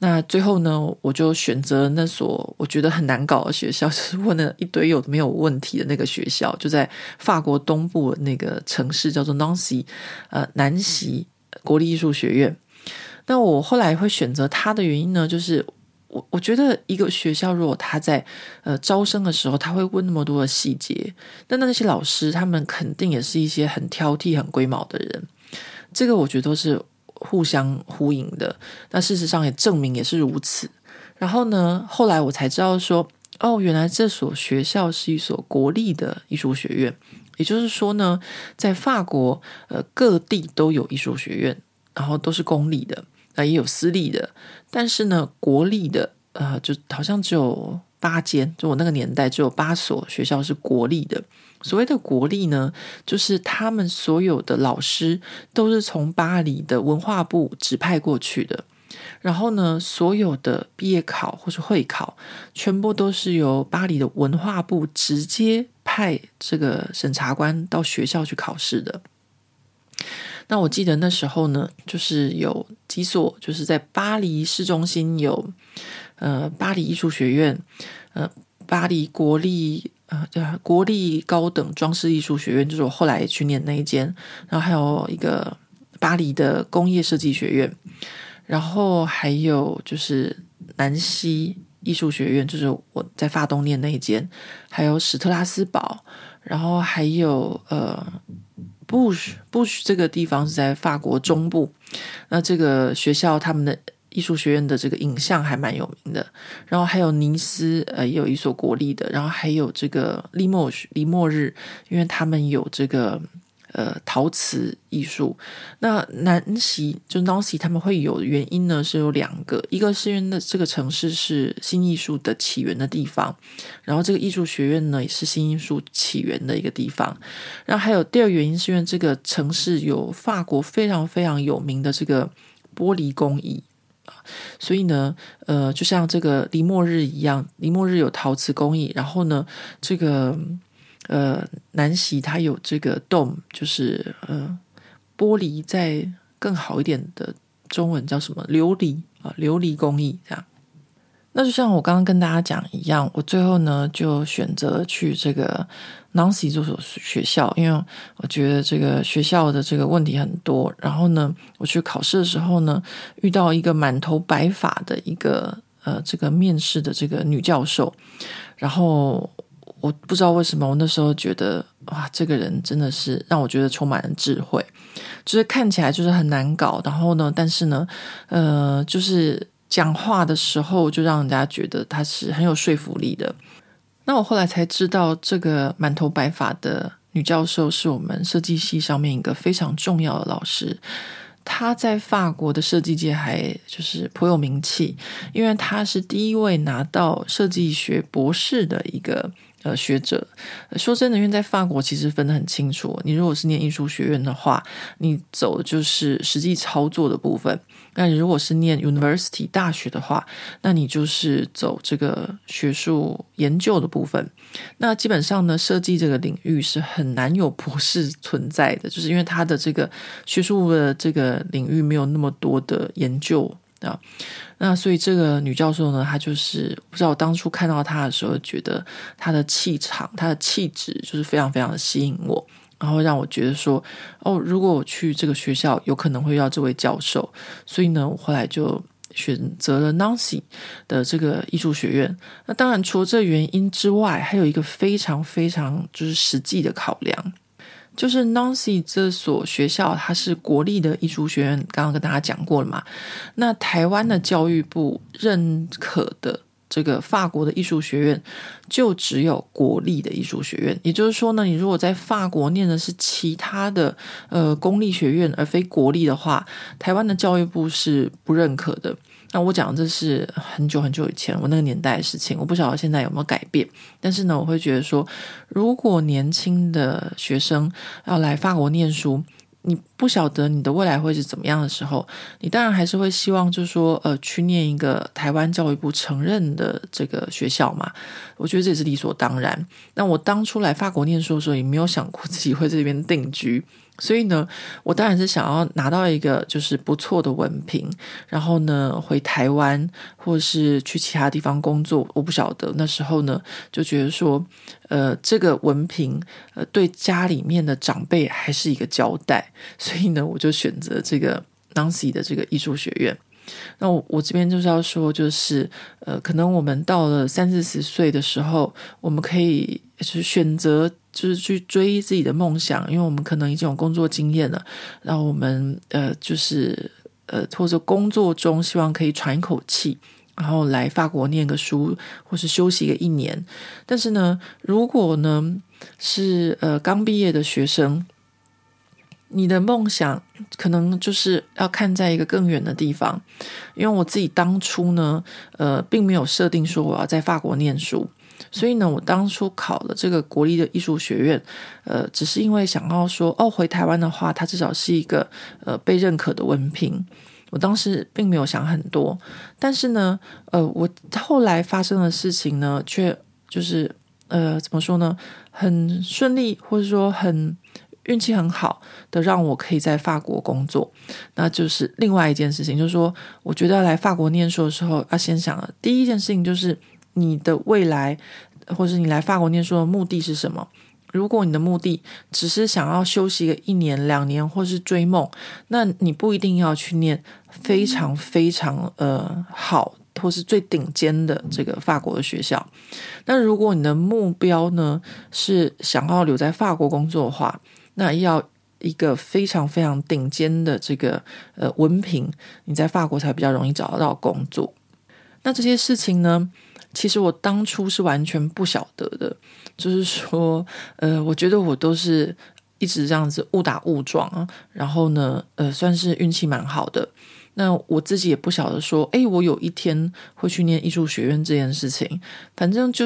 那最后呢，我就选择那所我觉得很难搞的学校，就是问了一堆有没有问题的那个学校，就在法国东部的那个城市叫做 Nancy， 呃，南锡国立艺术学院。那我后来会选择它的原因呢，就是我我觉得一个学校如果他在呃招生的时候，他会问那么多的细节，那那些老师他们肯定也是一些很挑剔、很龟毛的人，这个我觉得都是互相呼应的。那事实上也证明也是如此。然后呢，后来我才知道说，哦，原来这所学校是一所国立的艺术学院，也就是说呢，在法国呃各地都有艺术学院，然后都是公立的。那也有私立的，但是呢，国立的呃，就好像只有八间，就我那个年代只有八所学校是国立的。所谓的国立呢，就是他们所有的老师都是从巴黎的文化部指派过去的，然后呢，所有的毕业考或是会考，全部都是由巴黎的文化部直接派这个审查官到学校去考试的。那我记得那时候呢，就是有几所，就是在巴黎市中心有呃巴黎艺术学院，呃巴黎国立呃国立高等装饰艺术学院，就是我后来去念那一间，然后还有一个巴黎的工业设计学院，然后还有就是南锡艺术学院，就是我在法东念那一间，还有史特拉斯堡，然后还有呃。布什布什这个地方是在法国中部，那这个学校他们的艺术学院的这个影像还蛮有名的。然后还有尼斯，呃，也有一所国立的，然后还有这个利莫利莫日，因为他们有这个呃陶瓷艺术。那南锡就 Nancy 他们会有的原因呢是有两个，一个是因为这个城市是新艺术的起源的地方，然后这个艺术学院呢也是新艺术起源的一个地方。然后还有第二个原因是因为这个城市有法国非常非常有名的这个玻璃工艺，所以呢呃就像这个黎莫日一样，黎莫日有陶瓷工艺，然后呢这个呃南锡它有这个 dome， 就是呃玻璃再更好一点的中文叫什么琉璃啊，琉璃工艺这样。那就像我刚刚跟大家讲一样，我最后呢就选择去这个 Nancy 这所学校，因为我觉得这个学校的这个问题很多。然后呢，我去考试的时候呢，遇到一个满头白发的一个呃这个面试的这个女教授，然后我不知道为什么我那时候觉得哇，这个人真的是让我觉得充满了智慧，就是看起来就是很难搞，然后呢，但是呢，呃，就是讲话的时候就让人家觉得他是很有说服力的。那我后来才知道，这个满头白发的女教授是我们设计系上面一个非常重要的老师。她在法国的设计界还就是颇有名气，因为她是第一位拿到设计学博士的一个呃学者。说真的，因为在法国其实分得很清楚，你如果是念艺术学院的话，你走的就是实际操作的部分，那你如果是念 university 大学的话，那你就是走这个学术研究的部分。那基本上呢，设计这个领域是很难有博士存在的，就是因为它的这个学术的这个领域没有那么多的研究啊。那所以这个女教授呢，她就是不知道我当初看到她的时候，觉得她的气场、她的气质就是非常非常的吸引我，然后让我觉得说，哦，如果我去这个学校，有可能会遇到这位教授。所以呢，我后来就选择了 Nancy 的这个艺术学院。那当然，除了这个原因之外，还有一个非常非常就是实际的考量。就是 Nancy 这所学校它是国立的艺术学院，刚刚跟大家讲过了嘛。那台湾的教育部认可的这个法国的艺术学院就只有国立的艺术学院，也就是说呢，你如果在法国念的是其他的呃公立学院而非国立的话，台湾的教育部是不认可的。那我讲这是很久很久以前我那个年代的事情，我不晓得现在有没有改变。但是呢，我会觉得说，如果年轻的学生要来法国念书，你不晓得你的未来会是怎么样的时候，你当然还是会希望就是说呃，去念一个台湾教育部承认的这个学校嘛。我觉得这也是理所当然。那我当初来法国念书的时候，也没有想过自己会在这边定居， 所以呢，我当然是想要拿到一个就是不错的文凭，然后呢回台湾或是去其他地方工作。我不晓得那时候呢就觉得说，呃，这个文凭呃对家里面的长辈还是一个交代，所以呢我就选择这个 Nancy 的这个艺术学院。那我我这边就是要说，就是呃，可能我们到了三四十岁的时候，我们可以就是选择。就是去追自己的梦想，因为我们可能已经有工作经验了，然后我们呃就是呃或者工作中希望可以喘一口气，然后来法国念个书，或是休息个一年。但是呢，如果呢是呃刚毕业的学生，你的梦想可能就是要看在一个更远的地方，因为我自己当初呢，呃，并没有设定说我要在法国念书。所以呢，我当初考了这个国立的艺术学院，呃，只是因为想要说，哦，回台湾的话，它至少是一个呃被认可的文凭。我当时并没有想很多，但是呢，呃，我后来发生的事情呢，却就是呃，怎么说呢，很顺利，或者说很运气很好的，让我可以在法国工作。那就是另外一件事情，就是说，我觉得要来法国念书的时候，要先想的第一件事情就是。你的未来或是你来法国念书的目的是什么？如果你的目的只是想要休息个一年两年或是追梦，那你不一定要去念非常非常呃好或是最顶尖的这个法国的学校。那如果你的目标呢是想要留在法国工作的话，那要一个非常非常顶尖的这个呃文凭，你在法国才比较容易找得到工作。那这些事情呢，其实我当初是完全不晓得的，就是说，呃，我觉得我都是一直这样子误打误撞啊，然后呢，呃，算是运气蛮好的。那我自己也不晓得说，诶，我有一天会去念艺术学院这件事情。反正就是，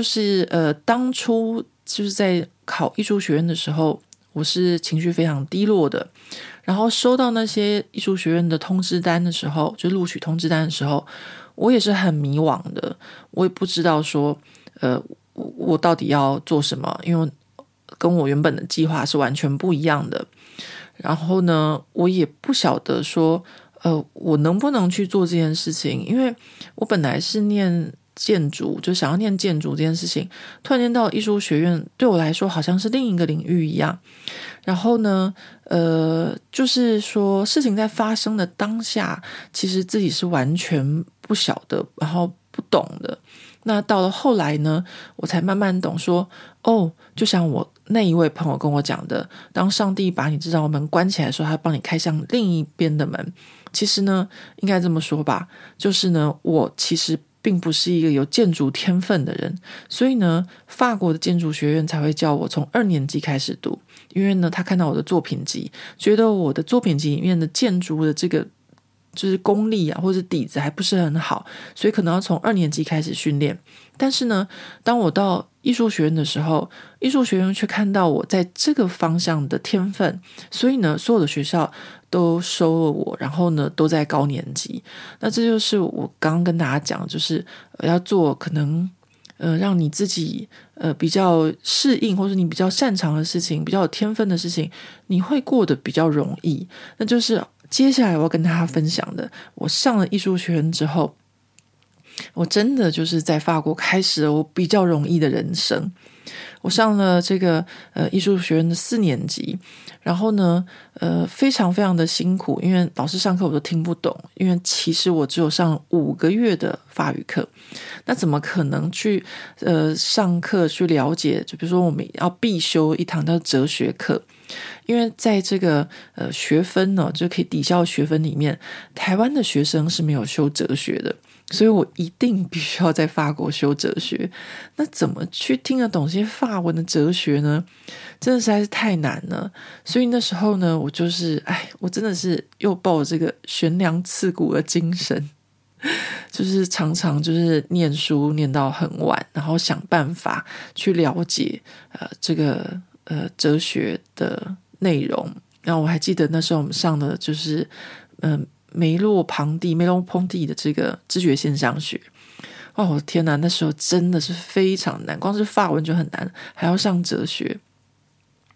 呃，当初就是在考艺术学院的时候，我是情绪非常低落的。然后收到那些艺术学院的通知单的时候，就录取通知单的时候，我也是很迷惘的，我也不知道说，呃，我到底要做什么，因为跟我原本的计划是完全不一样的。然后呢，我也不晓得说，呃，我能不能去做这件事情，因为我本来是念建筑，就想要念建筑这件事情，突然间到艺术学院，对我来说好像是另一个领域一样。然后呢，呃，就是说事情在发生的当下，其实自己是完全不晓得，然后不懂的。那到了后来呢，我才慢慢懂说，哦，就像我那一位朋友跟我讲的，当上帝把你这道门关起来的时候，他帮你开向另一边的门。其实呢，应该这么说吧，就是呢，我其实并不是一个有建筑天分的人，所以呢，法国的建筑学院才会叫我从二年级开始读。因为呢，他看到我的作品集，觉得我的作品集里面的建筑的这个就是功力啊，或者底子还不是很好，所以可能要从二年级开始训练。但是呢，当我到艺术学院的时候，艺术学院却看到我在这个方向的天分，所以呢，所有的学校都收了我，然后呢，都在高年级。那这就是我刚刚跟大家讲，就是要做可能呃，让你自己呃比较适应，或者你比较擅长的事情，比较有天分的事情，你会过得比较容易。那就是接下来我要跟大家分享的，我上了艺术学院之后，我真的就是在法国开始了我比较容易的人生。我上了这个呃艺术学院的四年级，然后呢呃非常非常的辛苦，因为老师上课我都听不懂，因为其实我只有上五个月的法语课，那怎么可能去呃上课去了解？就比如说我们要必修一堂叫哲学课，因为在这个呃学分呢就可以抵消学分里面，台湾的学生是没有修哲学的。所以我一定必须要在法国修哲学，那怎么去听得懂这些法文的哲学呢？真的实在是太难了。所以那时候呢，我就是哎，我真的是又抱着这个悬梁刺股的精神，就是常常就是念书念到很晚，然后想办法去了解呃这个呃哲学的内容。然后我还记得那时候我们上的就是嗯。呃梅洛庞蒂、梅洛庞蒂的这个知觉现象学，哦，我的天哪，那时候真的是非常难，光是法文就很难，还要上哲学。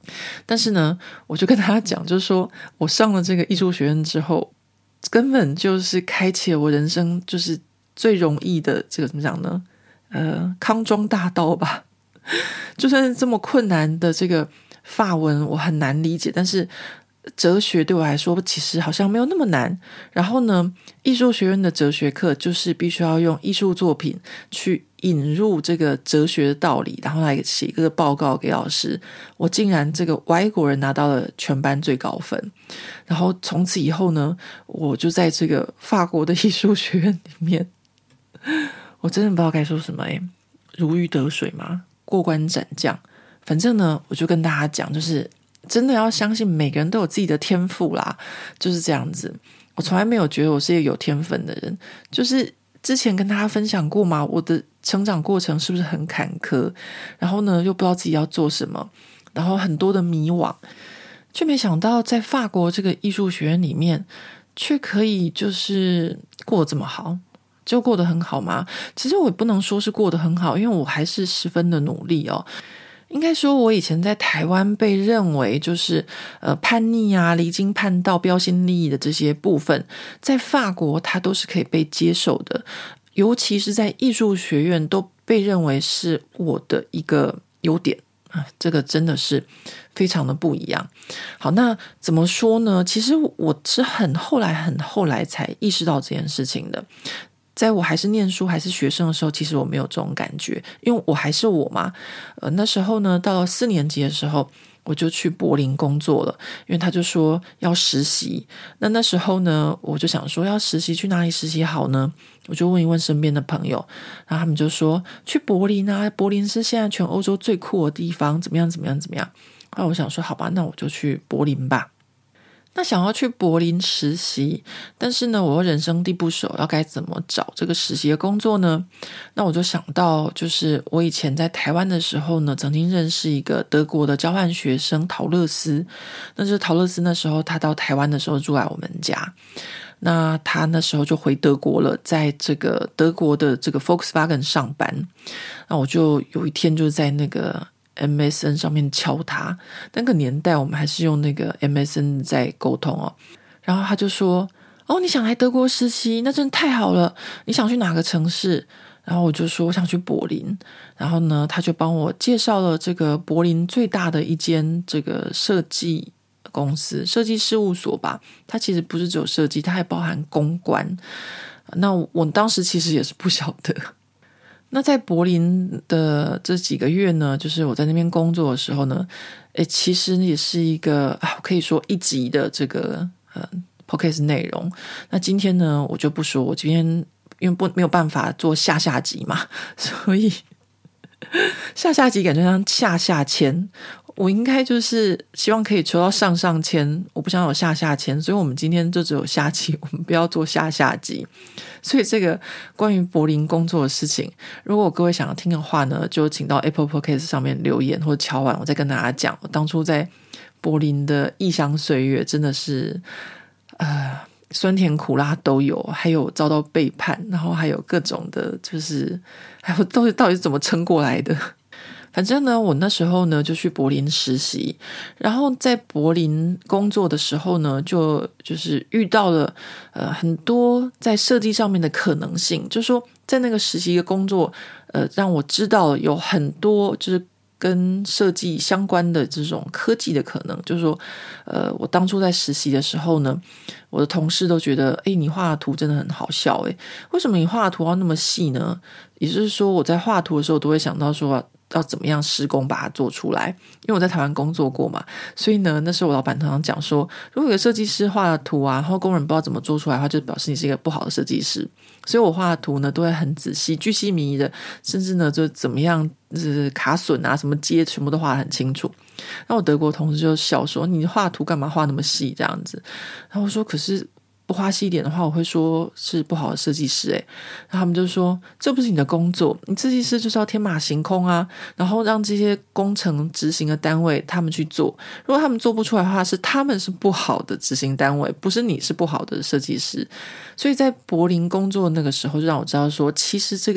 但是呢，我就跟大家讲，就是说我上了这个艺术学院之后，根本就是开启了我人生就是最容易的这个怎么讲呢？呃，康庄大道吧。就算是这么困难的这个法文，我很难理解，但是哲学对我来说其实好像没有那么难。然后呢，艺术学院的哲学课就是必须要用艺术作品去引入这个哲学的道理，然后来写一个报告给老师。我竟然这个外国人拿到了全班最高分，然后从此以后呢，我就在这个法国的艺术学院里面，我真的不知道该说什么诶，如鱼得水嘛，过关斩将。反正呢，我就跟大家讲，就是真的要相信每个人都有自己的天赋啦，就是这样子。我从来没有觉得我是一个有天分的人，就是之前跟大家分享过嘛，我的成长过程是不是很坎坷，然后呢又不知道自己要做什么，然后很多的迷惘，却没想到在法国这个艺术学院里面却可以就是过得这么好。就过得很好吗？其实我也不能说是过得很好，因为我还是十分的努力哦。应该说我以前在台湾被认为就是呃叛逆啊、离经叛道、标新立异的这些部分，在法国它都是可以被接受的，尤其是在艺术学院都被认为是我的一个优点啊，这个真的是非常的不一样。好，那怎么说呢？其实我是很后来很后来才意识到这件事情的。在我还是念书还是学生的时候，其实我没有这种感觉，因为我还是我嘛。呃，那时候呢，到了四年级的时候，我就去柏林工作了，因为他就说要实习。那那时候呢，我就想说要实习去哪里实习好呢？我就问一问身边的朋友，然后他们就说去柏林啊，柏林是现在全欧洲最酷的地方，怎么样怎么样怎么样。后来我想说，好吧，那我就去柏林吧。那想要去柏林实习，但是呢，我又人生地不熟，要该怎么找这个实习的工作呢？那我就想到，就是我以前在台湾的时候呢，曾经认识一个德国的交换学生陶乐斯。那就是陶乐斯那时候他到台湾的时候住在我们家，那他那时候就回德国了，在这个德国的这个 Volkswagen 上班。那我就有一天就在那个M S N 上面敲他，那个年代我们还是用那个 M S N 在沟通哦。然后他就说：“哦，你想来德国实习，那真的太好了。你想去哪个城市？”然后我就说我想去柏林。然后呢，他就帮我介绍了这个柏林最大的一间这个设计公司、设计事务所吧。它其实不是只有设计，它还包含公关。那我当时其实也是不晓得。那在柏林的这几个月呢，就是我在那边工作的时候呢，诶，其实也是一个啊，可以说一集的这个呃 podcast 内容。那今天呢，我就不说，我今天因为不没有办法做下下集嘛，所以下下集感觉像下下签。我应该就是希望可以求到上上签，我不想有下下签，所以我们今天就只有下集，我们不要做下下集。所以这个关于柏林工作的事情，如果各位想要听的话呢，就请到 Apple Podcast 上面留言或者敲完，我再跟大家讲我当初在柏林的异乡岁月，真的是呃酸甜苦辣都有，还有遭到背叛，然后还有各种的，就是还有到底到底是怎么撑过来的。反正呢，我那时候呢就去柏林实习，然后在柏林工作的时候呢，就就是遇到了呃很多在设计上面的可能性，就是说在那个实习的工作，呃，让我知道有很多就是跟设计相关的这种科技的可能。就是说，呃，我当初在实习的时候呢，我的同事都觉得，诶，你画的图真的很好笑，诶，为什么你画的图要那么细呢？也就是说，我在画图的时候都会想到说，要怎么样施工把它做出来。因为我在台湾工作过嘛，所以呢，那时候我老板常常讲说，如果有个设计师画的图啊，然后工人不知道怎么做出来的话，就表示你是一个不好的设计师。所以我画的图呢都会很仔细、巨细靡遗的，甚至呢就怎么样就是卡榫啊什么接全部都画得很清楚。然后我德国同事就笑说，你画图干嘛画那么细这样子。然后我说可是不画细一点的话，我会说是不好的设计师诶。然后他们就说，这不是你的工作，你设计师就是要天马行空啊，然后让这些工程执行的单位他们去做。如果他们做不出来的话，是他们是不好的执行单位，不是你是不好的设计师。所以在柏林工作那个时候，就让我知道说，其实这个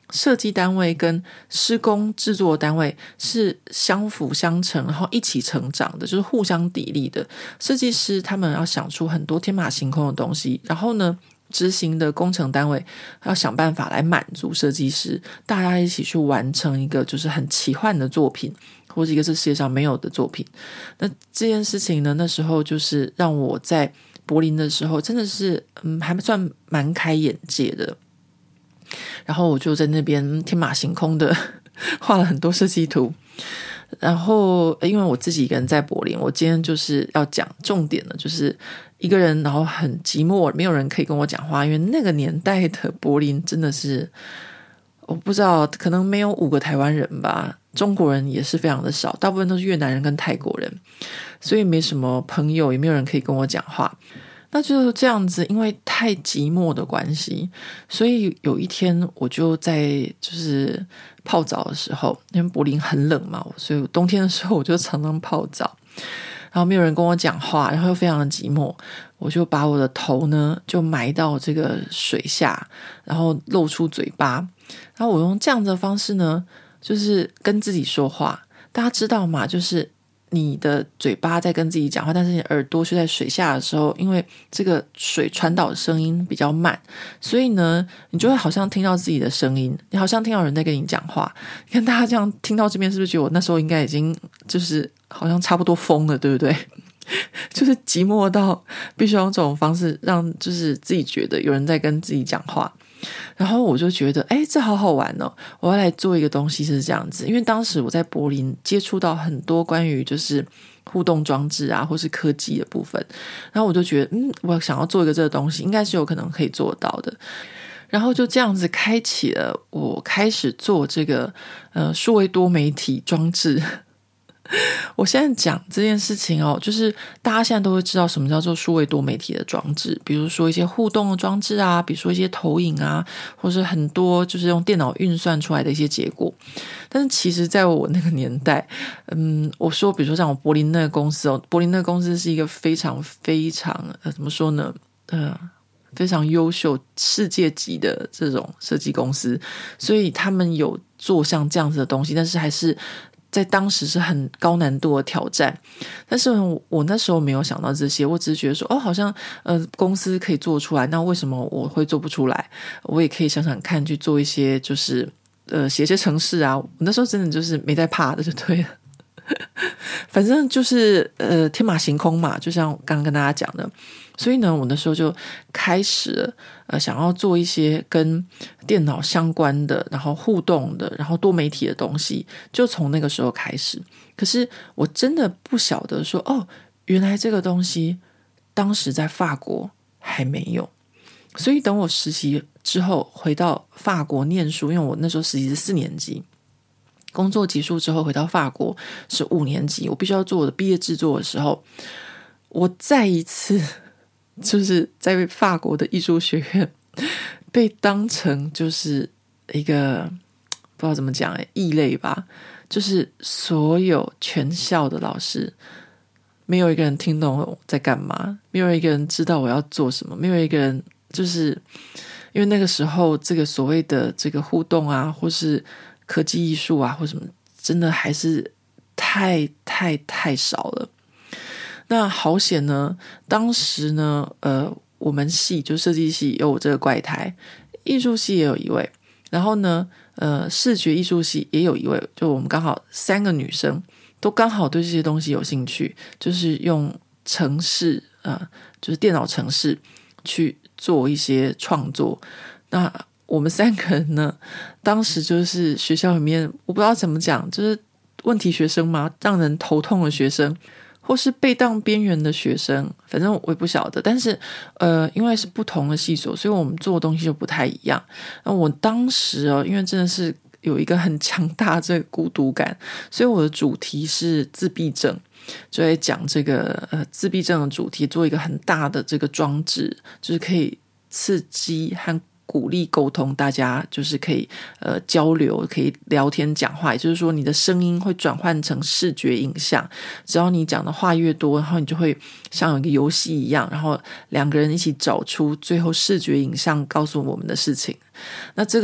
设计单位跟施工制作单位是相辅相成，然后一起成长的，就是互相砥砺的。设计师他们要想出很多天马行空的东西，然后呢执行的工程单位要想办法来满足设计师，大家一起去完成一个就是很奇幻的作品，或者一个是世界上没有的作品。那这件事情呢，那时候就是让我在柏林的时候真的是嗯，还算蛮开眼界的。然后我就在那边天马行空的画了很多设计图。然后因为我自己一个人在柏林，我今天就是要讲重点的，就是一个人然后很寂寞，没有人可以跟我讲话。因为那个年代的柏林真的是我不知道，可能没有五个台湾人吧，中国人也是非常的少，大部分都是越南人跟泰国人，所以没什么朋友，也没有人可以跟我讲话。那就是这样子，因为太寂寞的关系，所以有一天我就在就是泡澡的时候，因为柏林很冷嘛，所以冬天的时候我就常常泡澡，然后没有人跟我讲话，然后又非常的寂寞，我就把我的头呢就埋到这个水下，然后露出嘴巴，然后我用这样的方式呢就是跟自己说话。大家知道吗？就是你的嘴巴在跟自己讲话，但是你耳朵却在水下的时候，因为这个水传导的声音比较慢，所以呢你就会好像听到自己的声音，你好像听到人在跟你讲话。你看大家这样听到这边，是不是觉得我那时候应该已经就是好像差不多疯了，对不对？就是寂寞到必须要用这种方式让就是自己觉得有人在跟自己讲话。然后我就觉得诶这好好玩哦，我要来做一个东西是这样子。因为当时我在柏林接触到很多关于就是互动装置啊或是科技的部分，然后我就觉得嗯，我想要做一个这个东西应该是有可能可以做到的。然后就这样子开启了我开始做这个呃数位多媒体装置。我现在讲这件事情哦，就是大家现在都会知道什么叫做数位多媒体的装置，比如说一些互动的装置啊，比如说一些投影啊，或是很多就是用电脑运算出来的一些结果。但是其实在我那个年代，嗯，我说比如说像我柏林那个公司哦，柏林那个公司是一个非常非常呃怎么说呢呃非常优秀世界级的这种设计公司，所以他们有做像这样子的东西，但是还是在当时是很高难度的挑战。但是我那时候没有想到这些，我只是觉得说哦，好像呃公司可以做出来，那为什么我会做不出来？我也可以想想看去做一些就是呃写一些程式啊。我那时候真的就是没在怕的就对了。反正就是呃天马行空嘛，就像刚刚跟大家讲的。所以呢我那时候就开始了呃想要做一些跟电脑相关的，然后互动的，然后多媒体的东西，就从那个时候开始。可是我真的不晓得说哦，原来这个东西当时在法国还没有。所以等我实习之后回到法国念书，因为我那时候实习是四年级，工作结束之后回到法国是五年级，我必须要做我的毕业制作的时候，我再一次就是在法国的艺术学院被当成就是一个不知道怎么讲异类吧，就是所有全校的老师没有一个人听懂我在干嘛，没有一个人知道我要做什么，没有一个人就是因为那个时候这个所谓的这个互动啊或是科技艺术啊或什么真的还是太太太少了。那好险呢，当时呢呃，我们系就设计系有我这个怪胎，艺术系也有一位，然后呢呃，视觉艺术系也有一位，就我们刚好三个女生都刚好对这些东西有兴趣，就是用程式呃，就是电脑程式去做一些创作。那我们三个人呢当时就是学校里面我不知道怎么讲，就是问题学生嘛，让人头痛的学生，或是被当边缘的学生，反正我也不晓得。但是呃，因为是不同的系所，所以我们做的东西就不太一样。那我当时哦，因为真的是有一个很强大的这个孤独感，所以我的主题是自闭症，就在讲这个呃自闭症的主题，做一个很大的这个装置，就是可以刺激和鼓励沟通，大家就是可以呃交流，可以聊天讲话，也就是说你的声音会转换成视觉影像，只要你讲的话越多，然后你就会像有一个游戏一样，然后两个人一起找出最后视觉影像告诉我们的事情。那这个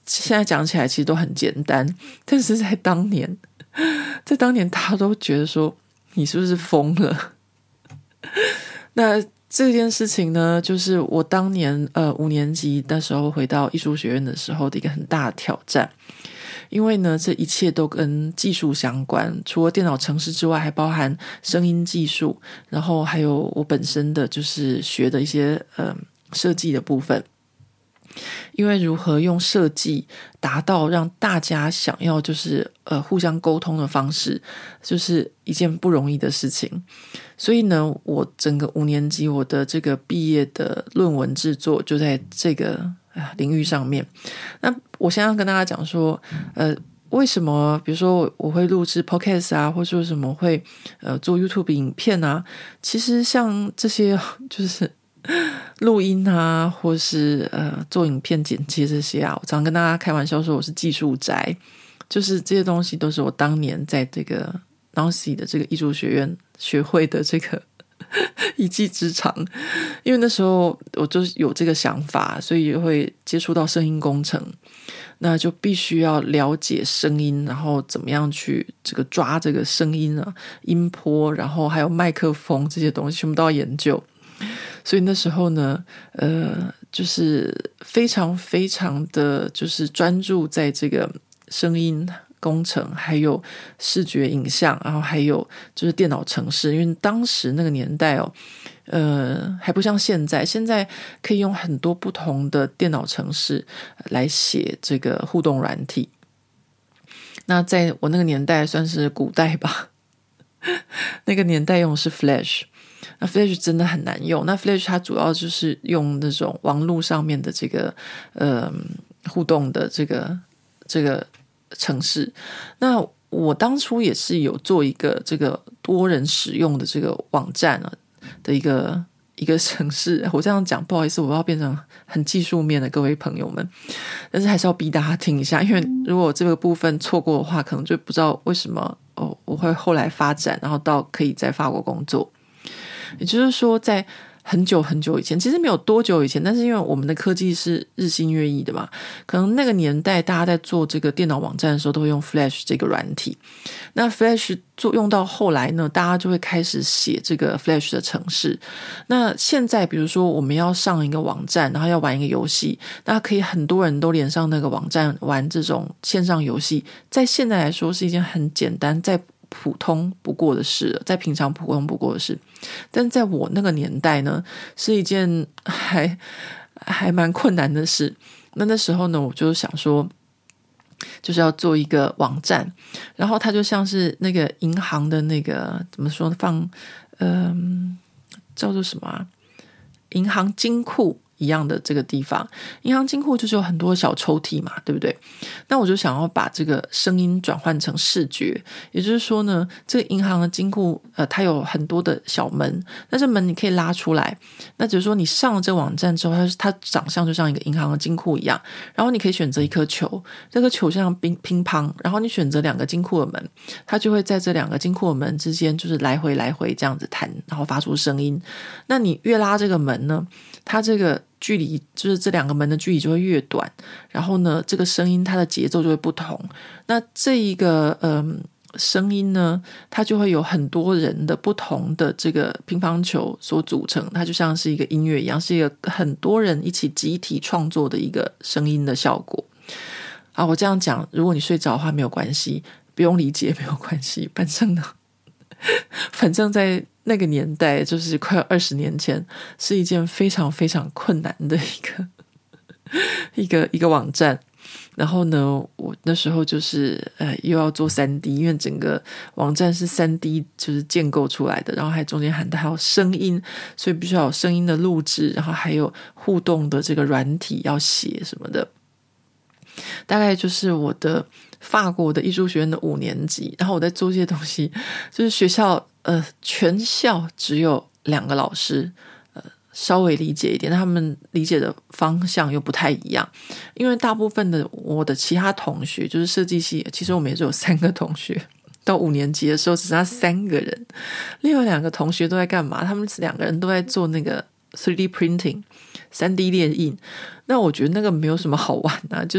现在讲起来其实都很简单，但是在当年在当年大家都觉得说你是不是疯了。那这件事情呢，就是我当年呃五年级的时候回到艺术学院的时候的一个很大的挑战。因为呢，这一切都跟技术相关，除了电脑程式之外，还包含声音技术，然后还有我本身的就是学的一些呃设计的部分。因为如何用设计达到让大家想要就是呃互相沟通的方式，就是一件不容易的事情。所以呢，我整个五年级我的这个毕业的论文制作就在这个领域上面。那我现在要跟大家讲说呃为什么比如说我会录制 podcast 啊，或者说什么会呃做 YouTube 影片啊，其实像这些就是录音啊，或是呃做影片剪辑这些啊，我常跟大家开玩笑说我是技术宅，就是这些东西都是我当年在这个 Nancy 的这个艺术学院学会的这个一技之长。因为那时候我就是有这个想法，所以会接触到声音工程，那就必须要了解声音，然后怎么样去这个抓这个声音啊，音波，然后还有麦克风这些东西全部都要研究。所以那时候呢呃，就是非常非常的就是专注在这个声音工程，还有视觉影像，然后还有就是电脑程式。因为当时那个年代哦呃，还不像现在，现在可以用很多不同的电脑程式来写这个互动软体。那在我那个年代算是古代吧那个年代用的是 Flash，那 Flash 真的很难用。那 Flash 它主要就是用那种网络上面的这个呃互动的这个这个程式。那我当初也是有做一个这个多人使用的这个网站啊的一个一个程式。我这样讲不好意思，我要变成很技术面的各位朋友们，但是还是要逼大家听一下，因为如果这个部分错过的话，可能就不知道为什么哦我会后来发展，然后到可以在法国工作。也就是说在很久很久以前，其实没有多久以前，但是因为我们的科技是日新月异的嘛，可能那个年代大家在做这个电脑网站的时候都会用 Flash 这个软体。那 Flash 做用到后来呢，大家就会开始写这个 Flash 的程式。那现在比如说我们要上一个网站，然后要玩一个游戏，那可以很多人都连上那个网站玩这种线上游戏，在现在来说是一件很简单在普通不过的事，在平常普通不过的事。但在我那个年代呢，是一件还还蛮困难的事。那那时候呢，我就想说就是要做一个网站，然后它就像是那个银行的那个怎么说放嗯、呃、叫做什么啊，银行金库一样的这个地方。银行金库就是有很多小抽屉嘛，对不对？那我就想要把这个声音转换成视觉，也就是说呢，这个银行的金库呃，它有很多的小门，那这门你可以拉出来，那只是说你上了这个网站之后，它它长相就像一个银行的金库一样，然后你可以选择一颗球，这个球像乒乒乓，然后你选择两个金库的门，它就会在这两个金库的门之间就是来回来回这样子弹，然后发出声音。那你越拉这个门呢，它这个距离就是这两个门的距离就会越短，然后呢这个声音它的节奏就会不同。那这一个嗯声音呢，它就会有很多人的不同的这个乒乓球所组成，它就像是一个音乐一样，是一个很多人一起集体创作的一个声音的效果。啊，我这样讲如果你睡着的话没有关系，不用理解没有关系，反正呢反正在那个年代就是快二十年前，是一件非常非常困难的一个一个一个网站。然后呢我那时候就是呃又要做 三 D， 因为整个网站是 三 D 就是建构出来的，然后还中间还还有声音，所以必须要有声音的录制，然后还有互动的这个软体要写什么的。大概就是我的法国的艺术学院的五年级，然后我在做这些东西，就是学校呃全校只有两个老师呃稍微理解一点，他们理解的方向又不太一样。因为大部分的我的其他同学就是设计系，其实我们也只有三个同学，到五年级的时候只剩下三个人，另外两个同学都在干嘛？他们两个人都在做那个 三 D printing 三 D 列印。那我觉得那个没有什么好玩啊，就是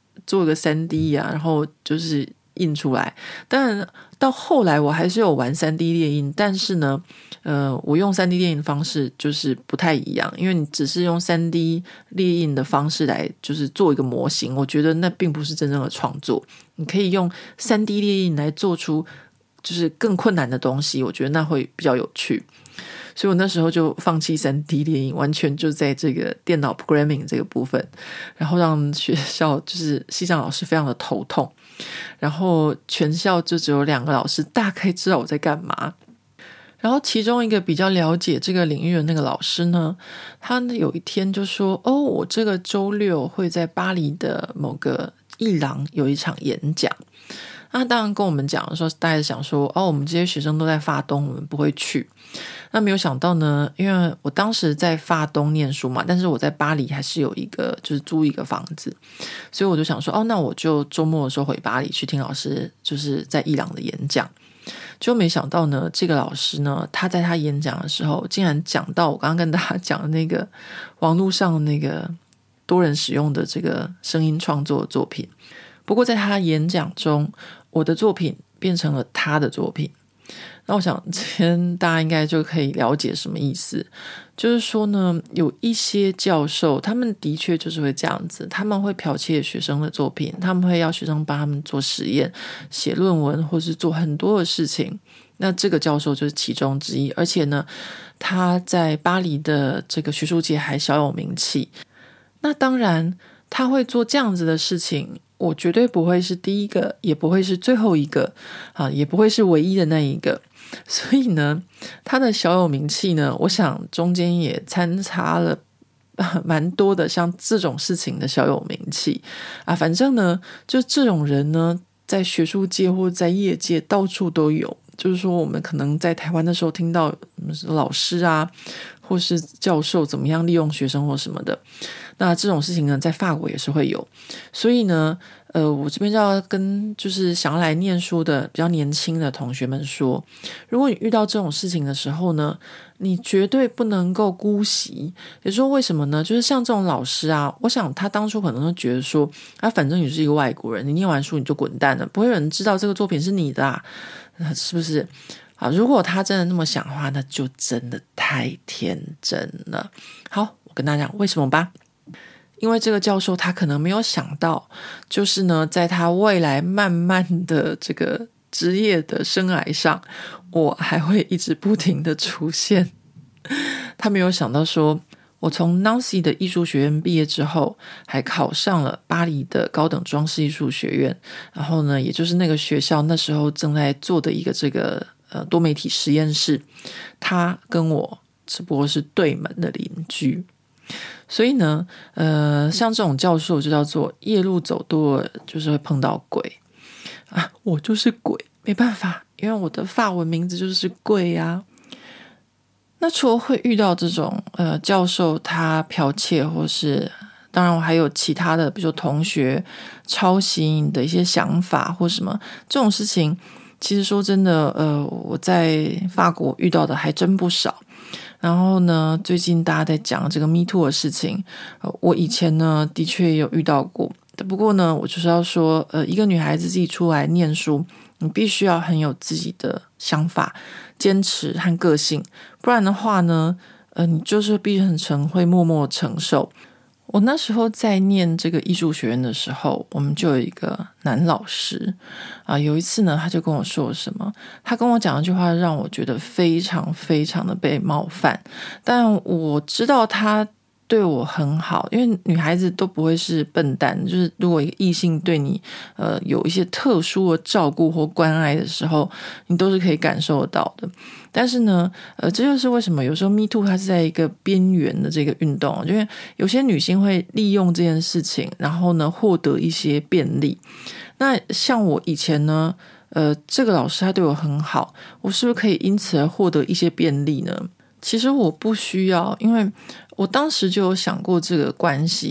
做个 三 D 啊，然后就是印出来。当然到后来我还是有玩 三 D 列印，但是呢呃，我用 三 D 列印的方式就是不太一样，因为你只是用 三 D 列印的方式来就是做一个模型，我觉得那并不是真正的创作。你可以用 三 D 列印来做出就是更困难的东西，我觉得那会比较有趣。所以我那时候就放弃 三 D 列印，完全就在这个电脑 programming 这个部分，然后让学校就是系上老师非常的头痛，然后全校就只有两个老师大概知道我在干嘛。然后其中一个比较了解这个领域的那个老师呢，他有一天就说，哦，我这个周六会在巴黎的某个艺廊有一场演讲。那当然跟我们讲的时候，大家想说，哦，我们这些学生都在法东，我们不会去。那没有想到呢，因为我当时在法东念书嘛，但是我在巴黎还是有一个就是租一个房子，所以我就想说，哦，那我就周末的时候回巴黎去听老师就是在艺廊的演讲。就没想到呢，这个老师呢，他在他演讲的时候竟然讲到我刚刚跟大家讲的那个网络上那个多人使用的这个声音创作的作品。不过在他演讲中，我的作品变成了他的作品。那我想今天大家应该就可以了解什么意思，就是说呢，有一些教授他们的确就是会这样子，他们会剽窃学生的作品，他们会要学生帮他们做实验、写论文或是做很多的事情。那这个教授就是其中之一，而且呢他在巴黎的这个学术界还小有名气。那当然他会做这样子的事情，我绝对不会是第一个，也不会是最后一个啊，也不会是唯一的那一个。所以呢他的小有名气呢，我想中间也参差了蛮多的像这种事情的小有名气啊。反正呢就这种人呢，在学术界或在业界到处都有。就是说我们可能在台湾的时候听到老师啊或是教授怎么样利用学生或什么的，那这种事情呢在法国也是会有。所以呢呃，我这边就要跟就是想要来念书的比较年轻的同学们说，如果你遇到这种事情的时候呢，你绝对不能够姑息。也就是说为什么呢，就是像这种老师啊，我想他当初可能都觉得说啊，反正你是一个外国人，你念完书你就滚蛋了，不会有人知道这个作品是你的啊，是不是啊？如果他真的那么想的话，那就真的太天真了。好，我跟大家讲为什么吧。因为这个教授他可能没有想到，就是呢在他未来慢慢的这个职业的生涯上，我还会一直不停的出现。他没有想到说，我从 Nancy 的艺术学院毕业之后，还考上了巴黎的高等装饰艺术学院，然后呢也就是那个学校那时候正在做的一个这个呃多媒体实验室，他跟我只不过是对门的邻居。所以呢呃，像这种教授就叫做夜路走多了就是会碰到鬼啊，我就是鬼，没办法，因为我的法文名字就是鬼啊。那除了会遇到这种呃教授他剽窃，或是当然我还有其他的比如说同学抄袭你的一些想法或什么这种事情，其实说真的呃，我在法国遇到的还真不少。然后呢最近大家在讲这个 Me Too 的事情、呃、我以前呢的确也有遇到过，不过呢我就是要说呃，一个女孩子自己出来念书，你必须要很有自己的想法、坚持和个性，不然的话呢呃，你就是变成会默默承受。我那时候在念这个艺术学院的时候，我们就有一个男老师啊，有一次呢他就跟我说什么，他跟我讲一句话让我觉得非常非常的被冒犯，但我知道他对我很好，因为女孩子都不会是笨蛋，就是如果一个异性对你呃有一些特殊的照顾或关爱的时候，你都是可以感受得到的。但是呢呃，这就是为什么有时候 Me Too 它是在一个边缘的这个运动，因为有些女性会利用这件事情，然后呢获得一些便利。那像我以前呢呃，这个老师他对我很好，我是不是可以因此而获得一些便利呢？其实我不需要，因为我当时就有想过这个关系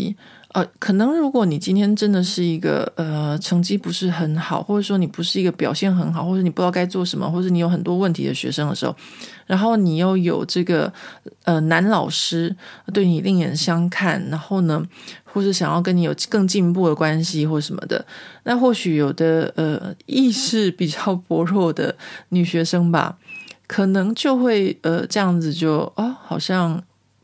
呃，可能如果你今天真的是一个呃成绩不是很好，或者说你不是一个表现很好，或者你不知道该做什么，或者你有很多问题的学生的时候，然后你又有这个呃男老师对你另眼相看，然后呢，或是想要跟你有更进步的关系或什么的，那或许有的呃意识比较薄弱的女学生吧，可能就会呃这样子就哦，好像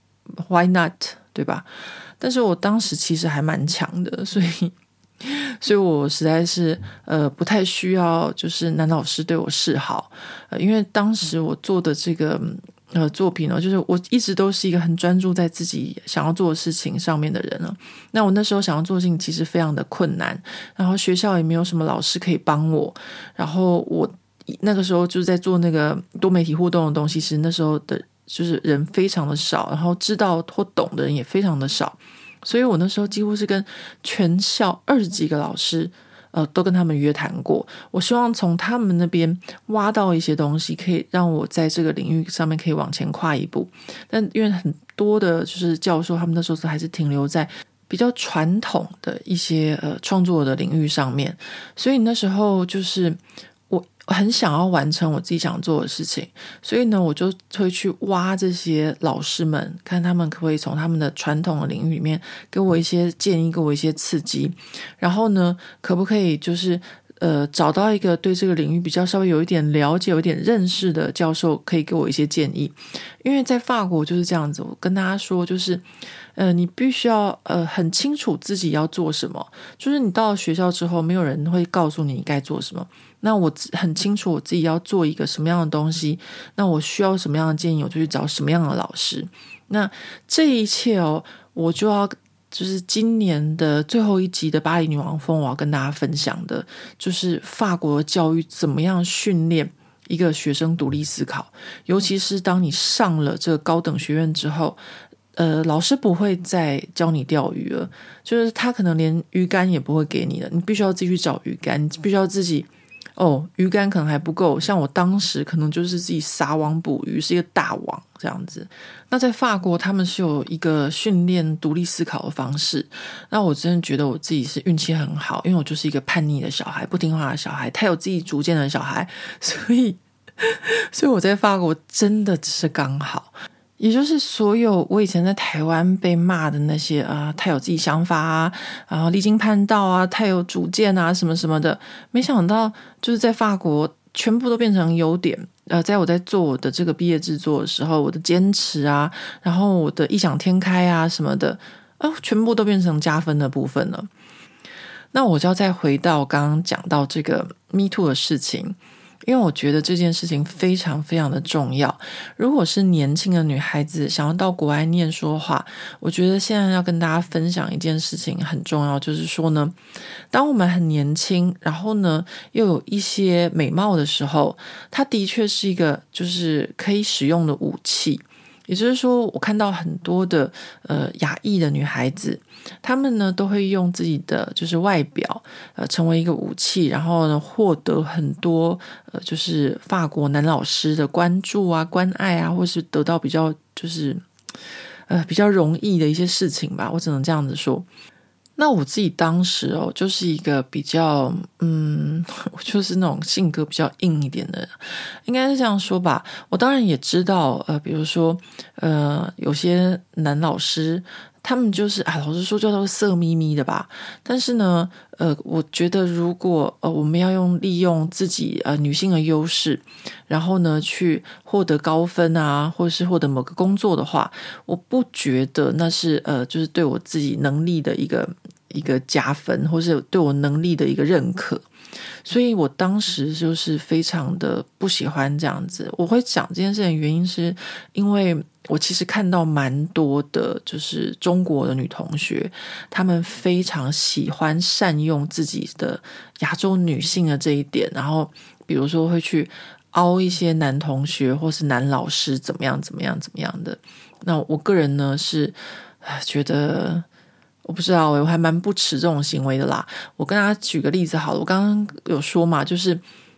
why not， 对吧？但是我当时其实还蛮强的，所以所以我实在是呃不太需要就是男老师对我示好，呃，因为当时我做的这个呃作品呢，就是我一直都是一个很专注在自己想要做的事情上面的人了。那我那时候想要做的事情其实非常的困难，然后学校也没有什么老师可以帮我，然后我那个时候就是在做那个多媒体互动的东西，其实那时候的就是人非常的少，然后知道或懂的人也非常的少，所以我那时候几乎是跟全校二十几个老师呃，都跟他们约谈过，我希望从他们那边挖到一些东西，可以让我在这个领域上面可以往前跨一步。但因为很多的就是教授，他们那时候还是停留在比较传统的一些呃创作的领域上面，所以那时候就是我很想要完成我自己想做的事情，所以呢，我就会去挖这些老师们，看他们可不可以从他们的传统的领域里面给我一些建议，给我一些刺激，然后呢，可不可以就是呃找到一个对这个领域比较稍微有一点了解、有一点认识的教授，可以给我一些建议。因为在法国就是这样子，我跟大家说，就是呃，你必须要呃很清楚自己要做什么，就是你到了学校之后，没有人会告诉你你该做什么。那我很清楚我自己要做一个什么样的东西，那我需要什么样的建议，我就去找什么样的老师。那这一切哦，我就要就是今年的最后一集的巴黎女王风，我要跟大家分享的，就是法国的教育怎么样训练一个学生独立思考，尤其是当你上了这个高等学院之后，呃，老师不会再教你钓鱼了，就是他可能连鱼竿也不会给你了，你必须要自己去找鱼竿，你必须要自己哦，鱼竿可能还不够，像我当时可能就是自己撒网捕鱼，是一个大网这样子。那在法国他们是有一个训练独立思考的方式，那我真的觉得我自己是运气很好，因为我就是一个叛逆的小孩，不听话的小孩，太有自己主见的小孩，所以所以我在法国真的只是刚好。也就是所有我以前在台湾被骂的那些啊，太有自己想法啊，然后离经叛道啊，太有主见啊，什么什么的，没想到就是在法国全部都变成优点。呃，在我在做我的这个毕业制作的时候，我的坚持啊，然后我的异想天开啊什么的，啊，全部都变成加分的部分了。那我就要再回到刚刚讲到这个 Me Too 的事情。因为我觉得这件事情非常非常的重要。如果是年轻的女孩子想要到国外念书的话，我觉得现在要跟大家分享一件事情很重要，就是说呢，当我们很年轻，然后呢又有一些美貌的时候，它的确是一个就是可以使用的武器。也就是说，我看到很多的呃亚裔的女孩子，她们呢都会用自己的就是外表呃成为一个武器，然后呢获得很多呃就是法国男老师的关注啊、关爱啊，或是得到比较就是呃比较容易的一些事情吧，我只能这样子说。那我自己当时哦，就是一个比较嗯，我就是那种性格比较硬一点的人，应该是这样说吧。我当然也知道，呃，比如说，呃，有些男老师，他们就是啊，老实说叫做色眯眯的吧。但是呢，呃，我觉得如果呃我们要用利用自己呃女性的优势，然后呢去获得高分啊，或者是获得某个工作的话，我不觉得那是呃就是对我自己能力的一个一个加分，或是对我能力的一个认可。所以我当时就是非常的不喜欢这样子。我会讲这件事情的原因是因为我其实看到蛮多的就是中国的女同学，她们非常喜欢善用自己的亚洲女性的这一点，然后比如说会去凹一些男同学或是男老师怎么样怎么样怎么样的。那我个人呢是觉得我不知道，我还蛮不耻这种行为的啦。我跟大家举个例子好了，我刚刚有说嘛，就是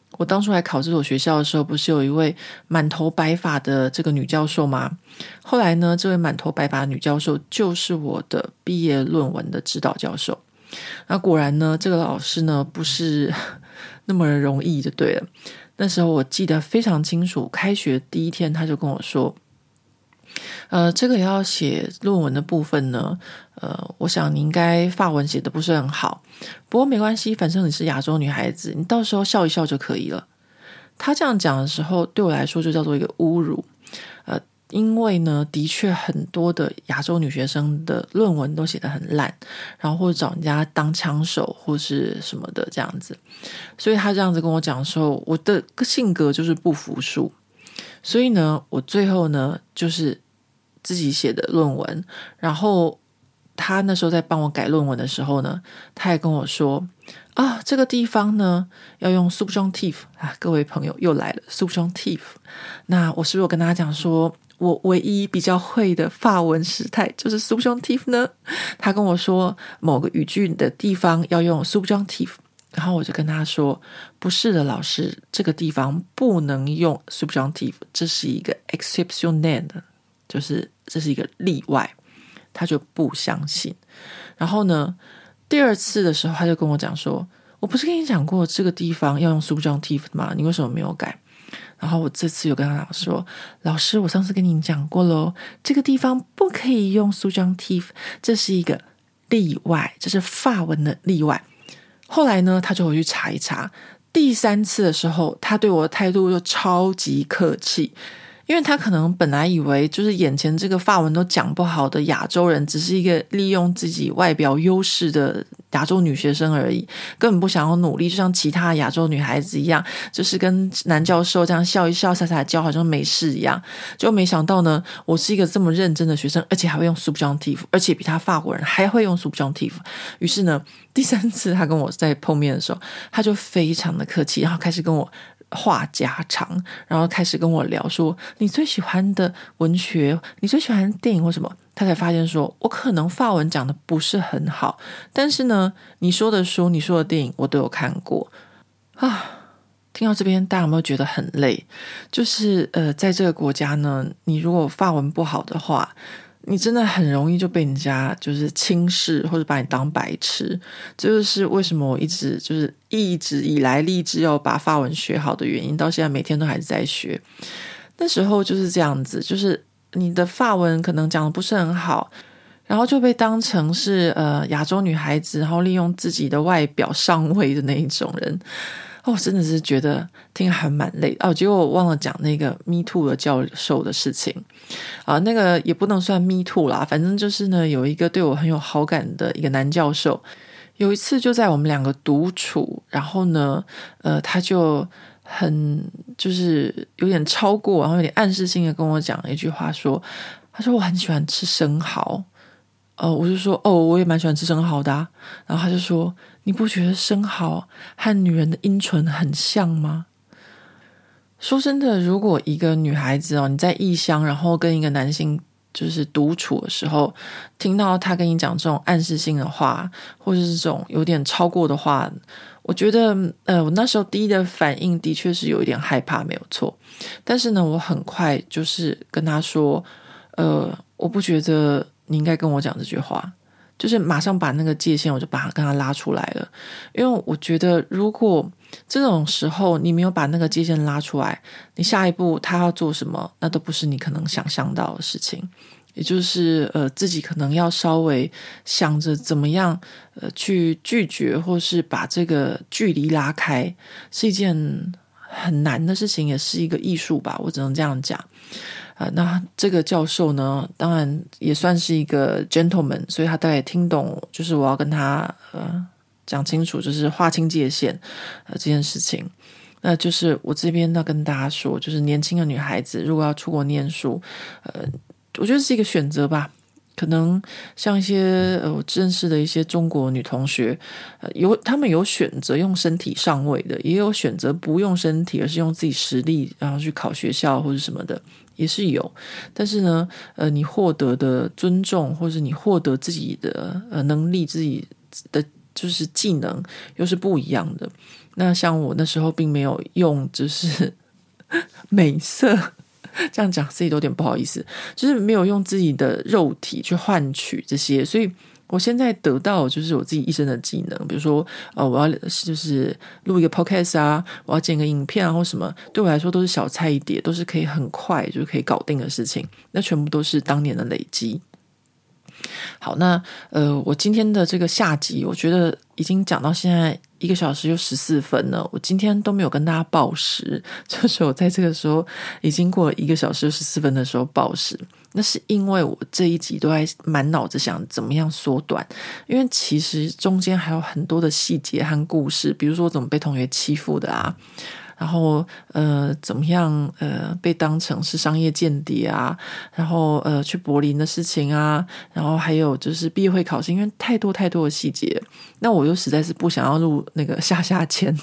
我当初来考这所学校的时候，不是有一位满头白发的这个女教授吗？后来呢，这位满头白发的女教授就是我的毕业论文的指导教授。那果然呢，这个老师呢不是那么容易就对了。那时候我记得非常清楚，开学第一天他就跟我说，呃，这个要写论文的部分呢，呃，我想你应该法文写的不是很好，不过没关系，反正你是亚洲女孩子，你到时候笑一笑就可以了。他这样讲的时候，对我来说就叫做一个侮辱，呃，因为呢，的确很多的亚洲女学生的论文都写得很烂，然后或者找人家当枪手或是什么的这样子，所以他这样子跟我讲的时候，我的性格就是不服输，所以呢，我最后呢就是自己写的论文，然后他那时候在帮我改论文的时候呢，他还跟我说啊，这个地方呢要用 subjunctive 啊，各位朋友又来了 subjunctive。那我是不是有跟大家讲说，我唯一比较会的法文时态就是 subjunctive 呢？他跟我说某个语句的地方要用 subjunctive， 然后我就跟他说，不是的，老师，这个地方不能用 subjunctive， 这是一个 exceptionnel， 就是这是一个例外。他就不相信。然后呢，第二次的时候他就跟我讲说，我不是跟你讲过这个地方要用 subjunctive 吗？你为什么没有改？然后我这次有跟他说，老师，我上次跟你讲过咯，这个地方不可以用 subjunctive， 这是一个例外，这是法文的例外。后来呢，他就回去查一查，第三次的时候他对我的态度就超级客气，因为他可能本来以为就是眼前这个法文都讲不好的亚洲人只是一个利用自己外表优势的亚洲女学生而已，根本不想要努力，就像其他亚洲女孩子一样，就是跟男教授这样笑一笑撒撒娇好像没事一样。就没想到呢，我是一个这么认真的学生，而且还会用 subjunctive， 而且比他法国人还会用 subjunctive。 于是呢，第三次他跟我在碰面的时候，他就非常的客气，然后开始跟我话家常，然后开始跟我聊说你最喜欢的文学，你最喜欢的电影或什么。他才发现说，我可能法文讲的不是很好，但是呢，你说的书，你说的电影我都有看过啊。听到这边，大家有没有觉得很累？就是呃，在这个国家呢，你如果法文不好的话，你真的很容易就被人家就是轻视或者把你当白痴。这就是为什么我一直就是一直以来立志要把法文学好的原因，到现在每天都还是在学。那时候就是这样子，就是你的法文可能讲的不是很好，然后就被当成是呃亚洲女孩子，然后利用自己的外表上位的那一种人。哦，真的是觉得听还蛮累哦。结果我忘了讲那个 Me Too 的教授的事情啊，那个也不能算 Me Too 啦，反正就是呢，有一个对我很有好感的一个男教授，有一次就在我们两个独处，然后呢，呃，他就很就是有点超过，然后有点暗示性的跟我讲了一句话说，他说我很喜欢吃生蚝。呃，我就说哦，我也蛮喜欢吃生蚝的啊。然后他就说，你不觉得生蚝和女人的阴唇很像吗？说真的，如果一个女孩子哦，你在异乡，然后跟一个男性就是独处的时候，听到他跟你讲这种暗示性的话，或者是这种有点超过的话，我觉得呃，我那时候第一的反应的确是有一点害怕，没有错。但是呢，我很快就是跟他说，呃，我不觉得你应该跟我讲这句话，就是马上把那个界限我就把它跟他拉出来了。因为我觉得如果这种时候你没有把那个界限拉出来，你下一步他要做什么，那都不是你可能想象到的事情。也就是呃，自己可能要稍微想着怎么样呃去拒绝，或是把这个距离拉开，是一件很难的事情，也是一个艺术吧，我只能这样讲。呃，那这个教授呢，当然也算是一个 gentleman， 所以他大概也听懂，就是我要跟他呃讲清楚，就是划清界限呃这件事情。那就是我这边要跟大家说，就是年轻的女孩子如果要出国念书，呃，我觉得是一个选择吧。可能像一些呃我认识的一些中国女同学，呃有她们有选择用身体上位的，也有选择不用身体，而是用自己实力然后去考学校或者什么的，也是有。但是呢，呃，你获得的尊重，或是你获得自己的呃能力，自己的就是技能又是不一样的。那像我那时候并没有用就是美色，这样讲自己都有点不好意思，就是没有用自己的肉体去换取这些，所以我现在得到就是我自己一身的技能，比如说呃，我要就是录一个 podcast 啊，我要剪个影片啊或什么，对我来说都是小菜一碟，都是可以很快就是可以搞定的事情，那全部都是当年的累积。好，那呃，我今天的这个下集，我觉得已经讲到现在一个小时又十四分了，我今天都没有跟大家报时，就是我在这个时候已经过了一个小时十四分的时候报时，那是因为我这一集都在满脑子想怎么样缩短，因为其实中间还有很多的细节和故事，比如说怎么被同学欺负的啊，然后呃怎么样呃被当成是商业间谍啊，然后呃去柏林的事情啊，然后还有就是毕业会考试，因为太多太多的细节，那我又实在是不想要录那个下下签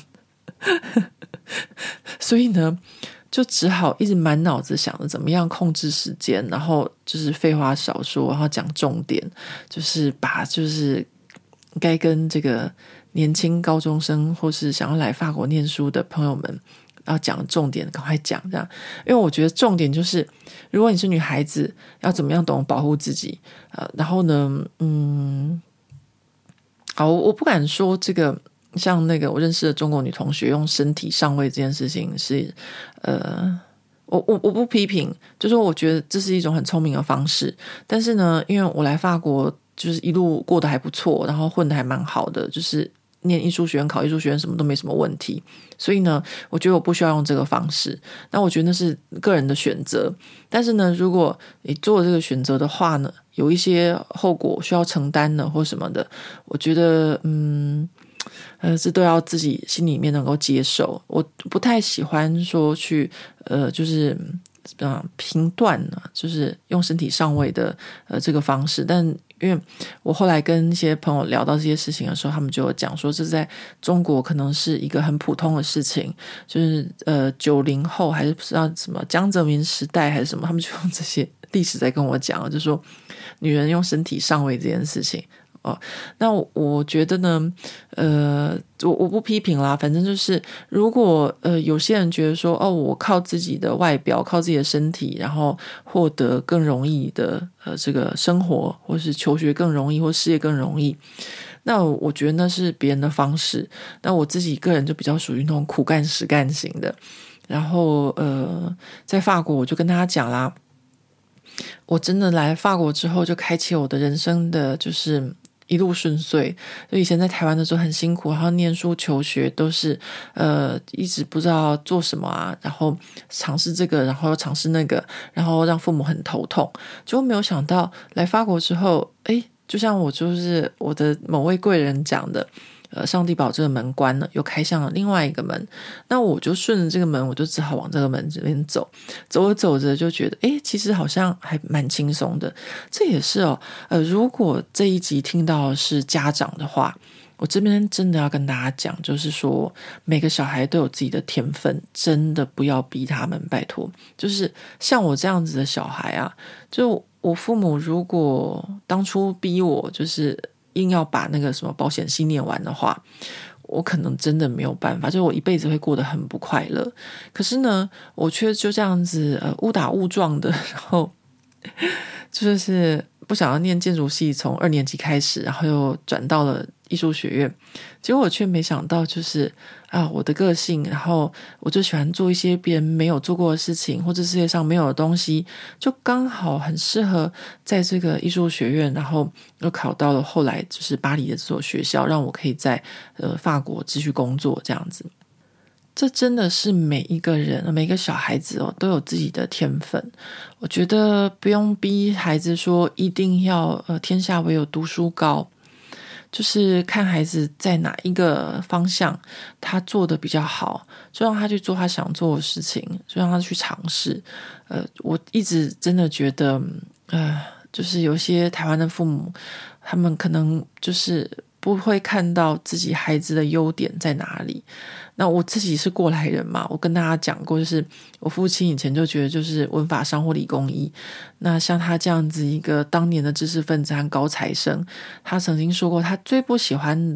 所以呢就只好一直满脑子想着怎么样控制时间，然后就是废话少说，然后讲重点，就是把就是该跟这个年轻高中生或是想要来法国念书的朋友们要讲重点赶快讲这样，因为我觉得重点就是如果你是女孩子要怎么样懂得保护自己，呃，然后呢嗯好，我不敢说这个像那个我认识的中国女同学用身体上位这件事情是呃我我我不批评，就是我觉得这是一种很聪明的方式，但是呢因为我来法国就是一路过得还不错，然后混得还蛮好的，就是念艺术学院考艺术学院什么都没什么问题，所以呢我觉得我不需要用这个方式，那我觉得那是个人的选择，但是呢如果你做了这个选择的话呢，有一些后果需要承担的或什么的，我觉得嗯呃，这都要自己心里面能够接受。我不太喜欢说去呃，就是呃评断呢，就是用身体上位的呃这个方式。但因为我后来跟一些朋友聊到这些事情的时候，他们就有讲说，这在中国可能是一个很普通的事情，就是呃九零后还是不知道什么江泽民时代还是什么，他们就用这些历史在跟我讲，就说女人用身体上位这件事情。哦，那我我觉得呢，呃，我我不批评啦，反正就是如果呃有些人觉得说，哦，我靠自己的外表，靠自己的身体，然后获得更容易的呃这个生活，或是求学更容易，或事业更容易，那我觉得那是别人的方式。那我自己个人就比较属于那种苦干实干型的。然后呃，在法国我就跟大家讲啦，我真的来法国之后就开启我的人生的就是一路顺遂，就以前在台湾的时候很辛苦，然后念书求学都是呃一直不知道做什么啊，然后尝试这个，然后又尝试那个，然后让父母很头痛。结果没有想到来法国之后，诶，就像我就是我的某位贵人讲的，呃，上帝把这个门关了，又开向了另外一个门。那我就顺着这个门，我就只好往这个门这边走。走着走着就觉得，诶，其实好像还蛮轻松的。这也是哦，呃，如果这一集听到的是家长的话，我这边真的要跟大家讲，就是说每个小孩都有自己的天分，真的不要逼他们，拜托。就是像我这样子的小孩啊，就我父母如果当初逼我，就是硬要把那个什么保险系念完的话，我可能真的没有办法，就是我一辈子会过得很不快乐。可是呢，我却就这样子呃误打误撞的，然后就是不想要念建筑系，从二年级开始，然后又转到了艺术学院，结果我却没想到就是啊，我的个性，然后我就喜欢做一些别人没有做过的事情，或者世界上没有的东西，就刚好很适合在这个艺术学院，然后又考到了后来就是巴黎的这所学校，让我可以在呃法国继续工作这样子。这真的是每一个人每一个小孩子哦都有自己的天分，我觉得不用逼孩子说一定要呃天下唯有读书高，就是看孩子在哪一个方向他做的比较好，就让他去做他想做的事情，就让他去尝试。呃，我一直真的觉得呃，就是有些台湾的父母他们可能就是不会看到自己孩子的优点在哪里。那我自己是过来人嘛，我跟大家讲过，就是我父亲以前就觉得就是文法商或理工医，那像他这样子一个当年的知识分子和高材生，他曾经说过他最不喜欢的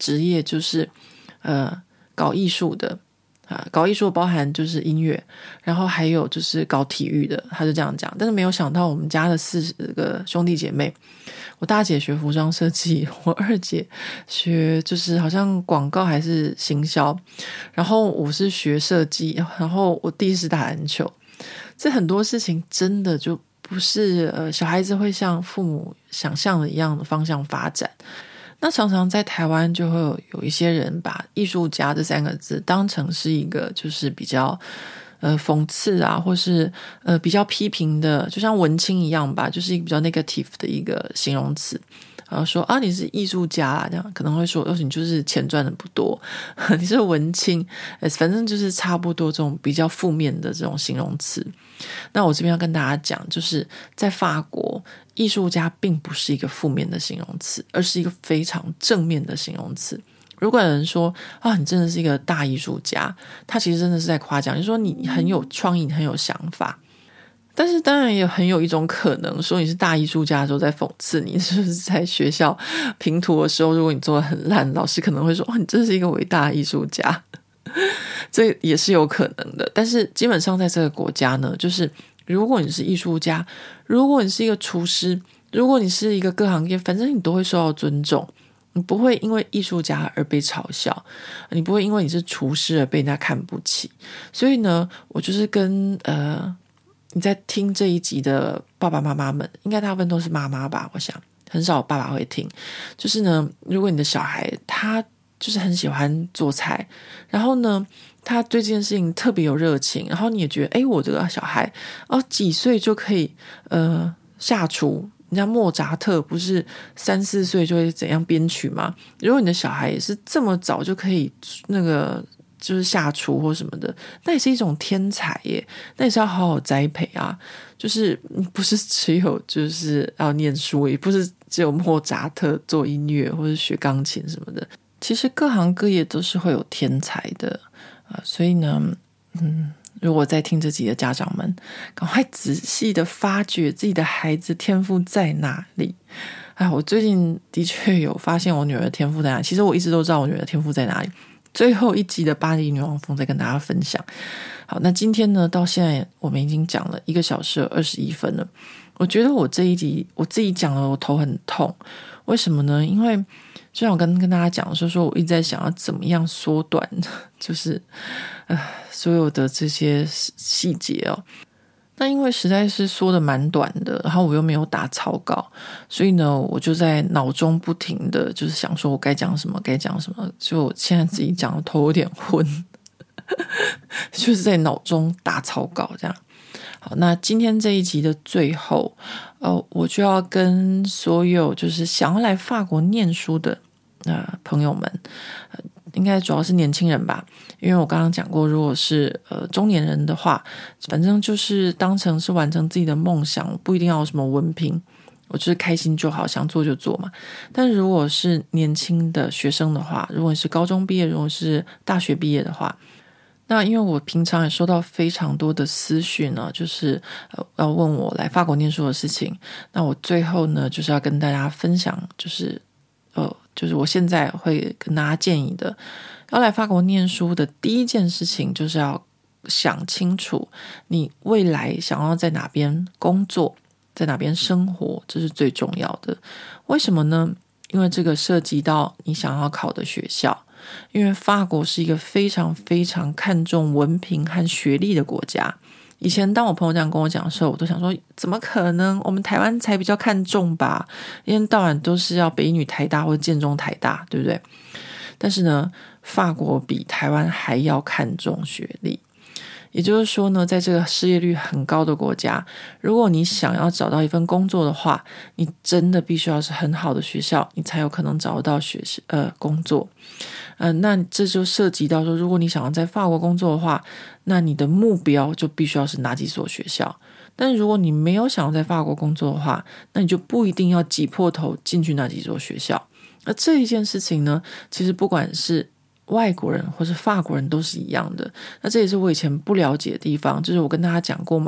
职业就是呃搞艺术的啊，搞艺术包含就是音乐，然后还有就是搞体育的，他就这样讲。但是没有想到我们家的四十个兄弟姐妹，我大姐学服装设计，我二姐学就是好像广告还是行销，然后我是学设计，然后我弟是打篮球。这很多事情真的就不是呃小孩子会像父母想象的一样的方向发展。那常常在台湾就会有有一些人把艺术家这三个字当成是一个就是比较呃讽刺啊，或是呃比较批评的，就像文青一样吧，就是一个比较 negative 的一个形容词。然后说啊你是艺术家啊，这样可能会说，哦你就是钱赚的不多，你是文青，反正就是差不多这种比较负面的这种形容词。那我这边要跟大家讲，就是在法国，艺术家并不是一个负面的形容词，而是一个非常正面的形容词。如果有人说啊，你真的是一个大艺术家，他其实真的是在夸奖，就是说你很有创意，你很有想法。但是当然也很有一种可能，说你是大艺术家的时候在讽刺你，是不是在学校评图的时候，如果你做得很烂，老师可能会说哦，你真是一个伟大的艺术家。这也是有可能的。但是基本上在这个国家呢，就是如果你是艺术家，如果你是一个厨师，如果你是一个各行业，反正你都会受到尊重，你不会因为艺术家而被嘲笑，你不会因为你是厨师而被人家看不起。所以呢，我就是跟呃你在听这一集的爸爸妈妈们，应该大部分都是妈妈吧，我想很少爸爸会听。就是呢，如果你的小孩他就是很喜欢做菜，然后呢他对这件事情特别有热情，然后你也觉得诶我这个小孩哦几岁就可以呃下厨，人家莫扎特不是三四岁就会怎样编曲吗？如果你的小孩也是这么早就可以那个就是下厨或什么的，那也是一种天才耶，那也是要好好栽培啊。就是不是只有就是要念书，也不是只有莫扎特做音乐或者学钢琴什么的，其实各行各业都是会有天才的啊。所以呢嗯，如果在听这集的家长们，赶快仔细的发掘自己的孩子天赋在哪里。哎，我最近的确有发现我女儿的天赋在哪里，其实我一直都知道我女儿的天赋在哪里，最后一集的巴黎女王风再跟大家分享。好，那今天呢，到现在我们已经讲了一个小时二十一分了。我觉得我这一集我自己讲了，我头很痛。为什么呢？因为就像我跟跟大家讲的时候，说我一直在想要怎么样缩短，就是呃所有的这些细节哦。那因为实在是说的蛮短的，然后我又没有打草稿，所以呢我就在脑中不停的就是想说我该讲什么该讲什么，就我现在自己讲的头有点昏就是在脑中打草稿这样。好，那今天这一集的最后呃，我就要跟所有就是想要来法国念书的呃朋友们、呃、应该主要是年轻人吧，因为我刚刚讲过，如果是呃中年人的话，反正就是当成是完成自己的梦想，不一定要有什么文凭，我就是开心就好，想做就做嘛。但如果是年轻的学生的话，如果你是高中毕业，如果是大学毕业的话，那因为我平常也收到非常多的私讯呢，就是呃要问我来法国念书的事情。那我最后呢，就是要跟大家分享，就是呃，就是我现在会跟大家建议的，要来法国念书的第一件事情，就是要想清楚你未来想要在哪边工作，在哪边生活，这是最重要的。为什么呢？因为这个涉及到你想要考的学校。因为法国是一个非常非常看重文凭和学历的国家。以前当我朋友这样跟我讲的时候，我都想说怎么可能，我们台湾才比较看重吧，一天到晚都是要北女台大或者建中台大，对不对？但是呢，法国比台湾还要看重学历。也就是说呢，在这个失业率很高的国家，如果你想要找到一份工作的话，你真的必须要是很好的学校，你才有可能找得到学呃工作。呃，那这就涉及到说，如果你想要在法国工作的话，那你的目标就必须要是哪几所学校。但是如果你没有想要在法国工作的话，那你就不一定要挤破头进去那几所学校。而这一件事情呢，其实不管是外国人或是法国人都是一样的。那这也是我以前不了解的地方，就是我跟大家讲过嘛，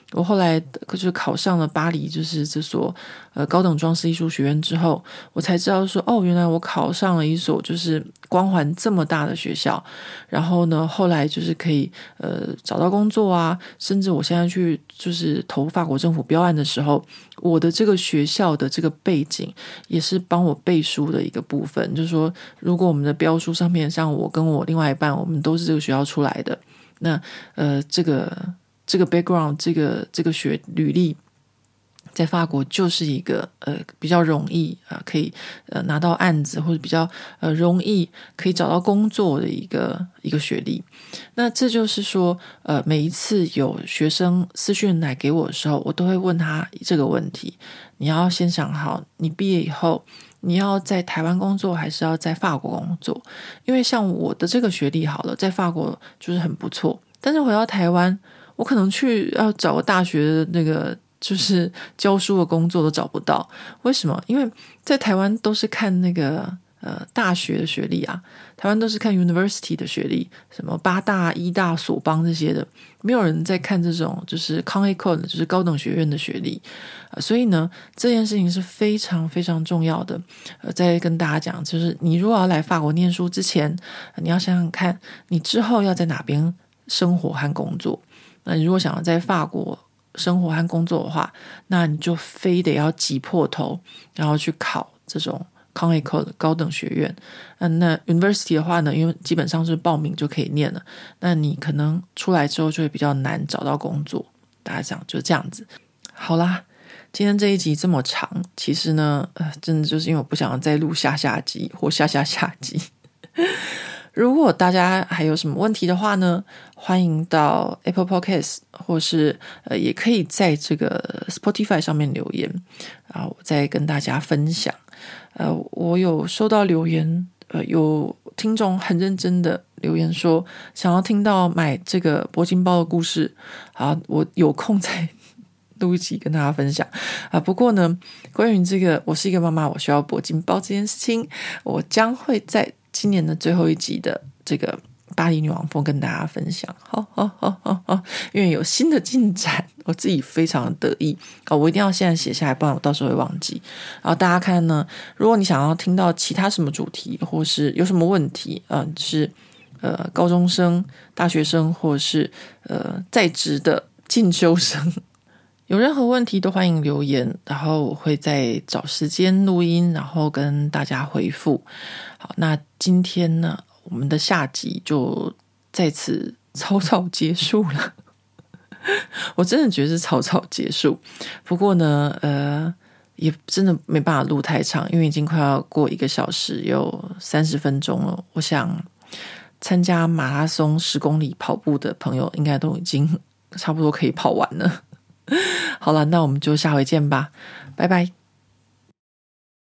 我后来就是考上了巴黎，就是这所呃高等装饰艺术学院之后，我才知道说，哦，原来我考上了一所就是光环这么大的学校。然后呢，后来就是可以呃找到工作啊，甚至我现在去就是投法国政府标案的时候，我的这个学校的这个背景也是帮我背书的一个部分。就是说，如果我们的标书上面，像我跟我另外一半，我们都是这个学校出来的，那呃这个。这个 background 这个这个学履历在法国就是一个呃比较容易啊、呃、可以呃拿到案子，或者比较呃容易可以找到工作的一个一个学历。那这就是说呃每一次有学生私讯来给我的时候，我都会问他这个问题：你要先想好，你毕业以后你要在台湾工作还是要在法国工作？因为像我的这个学历好了，在法国就是很不错，但是回到台湾，我可能去要找个大学的那个就是教书的工作都找不到。为什么？因为在台湾都是看那个呃大学的学历啊，台湾都是看 university 的学历，什么八大、医大、索邦这些的，没有人在看这种就是 Con École 就是高等学院的学历、呃、所以呢，这件事情是非常非常重要的。呃，再跟大家讲，就是你如果要来法国念书之前，呃、你要想想看，你之后要在哪边生活和工作。那你如果想要在法国生活和工作的话，那你就非得要挤破头，然后去考这种 Con École 的高等学院。嗯，那 University 的话呢，因为基本上是报名就可以念了，那你可能出来之后就会比较难找到工作。大家讲就这样子。好啦，今天这一集这么长，其实呢，呃，真的就是因为我不想再录下下集或下下下集。如果大家还有什么问题的话呢，欢迎到 Apple Podcast 或是呃，也可以在这个 Spotify 上面留言啊，我再跟大家分享。呃，我有收到留言，呃，有听众很认真的留言说想要听到买这个铂金包的故事，好，我有空再录一集跟大家分享啊。不过呢，关于这个我是一个妈妈，我需要铂金包这件事情，我将会在今年的最后一集的这个巴黎女王风跟大家分享。好好好好好，因为有新的进展，我自己非常的得意、哦、我一定要现在写下来，不然我到时候会忘记。然后大家看呢，如果你想要听到其他什么主题，或是有什么问题，呃，是呃高中生、大学生，或是呃在职的进修生，有任何问题都欢迎留言，然后我会再找时间录音，然后跟大家回复。好，那今天呢，我们的下集就在此草草结束了。我真的觉得是草草结束，不过呢，呃，也真的没办法录太长，因为已经快要过一个小时，有三十分钟了。我想参加马拉松十公里跑步的朋友，应该都已经差不多可以跑完了。好了，那我们就下回见吧，拜拜。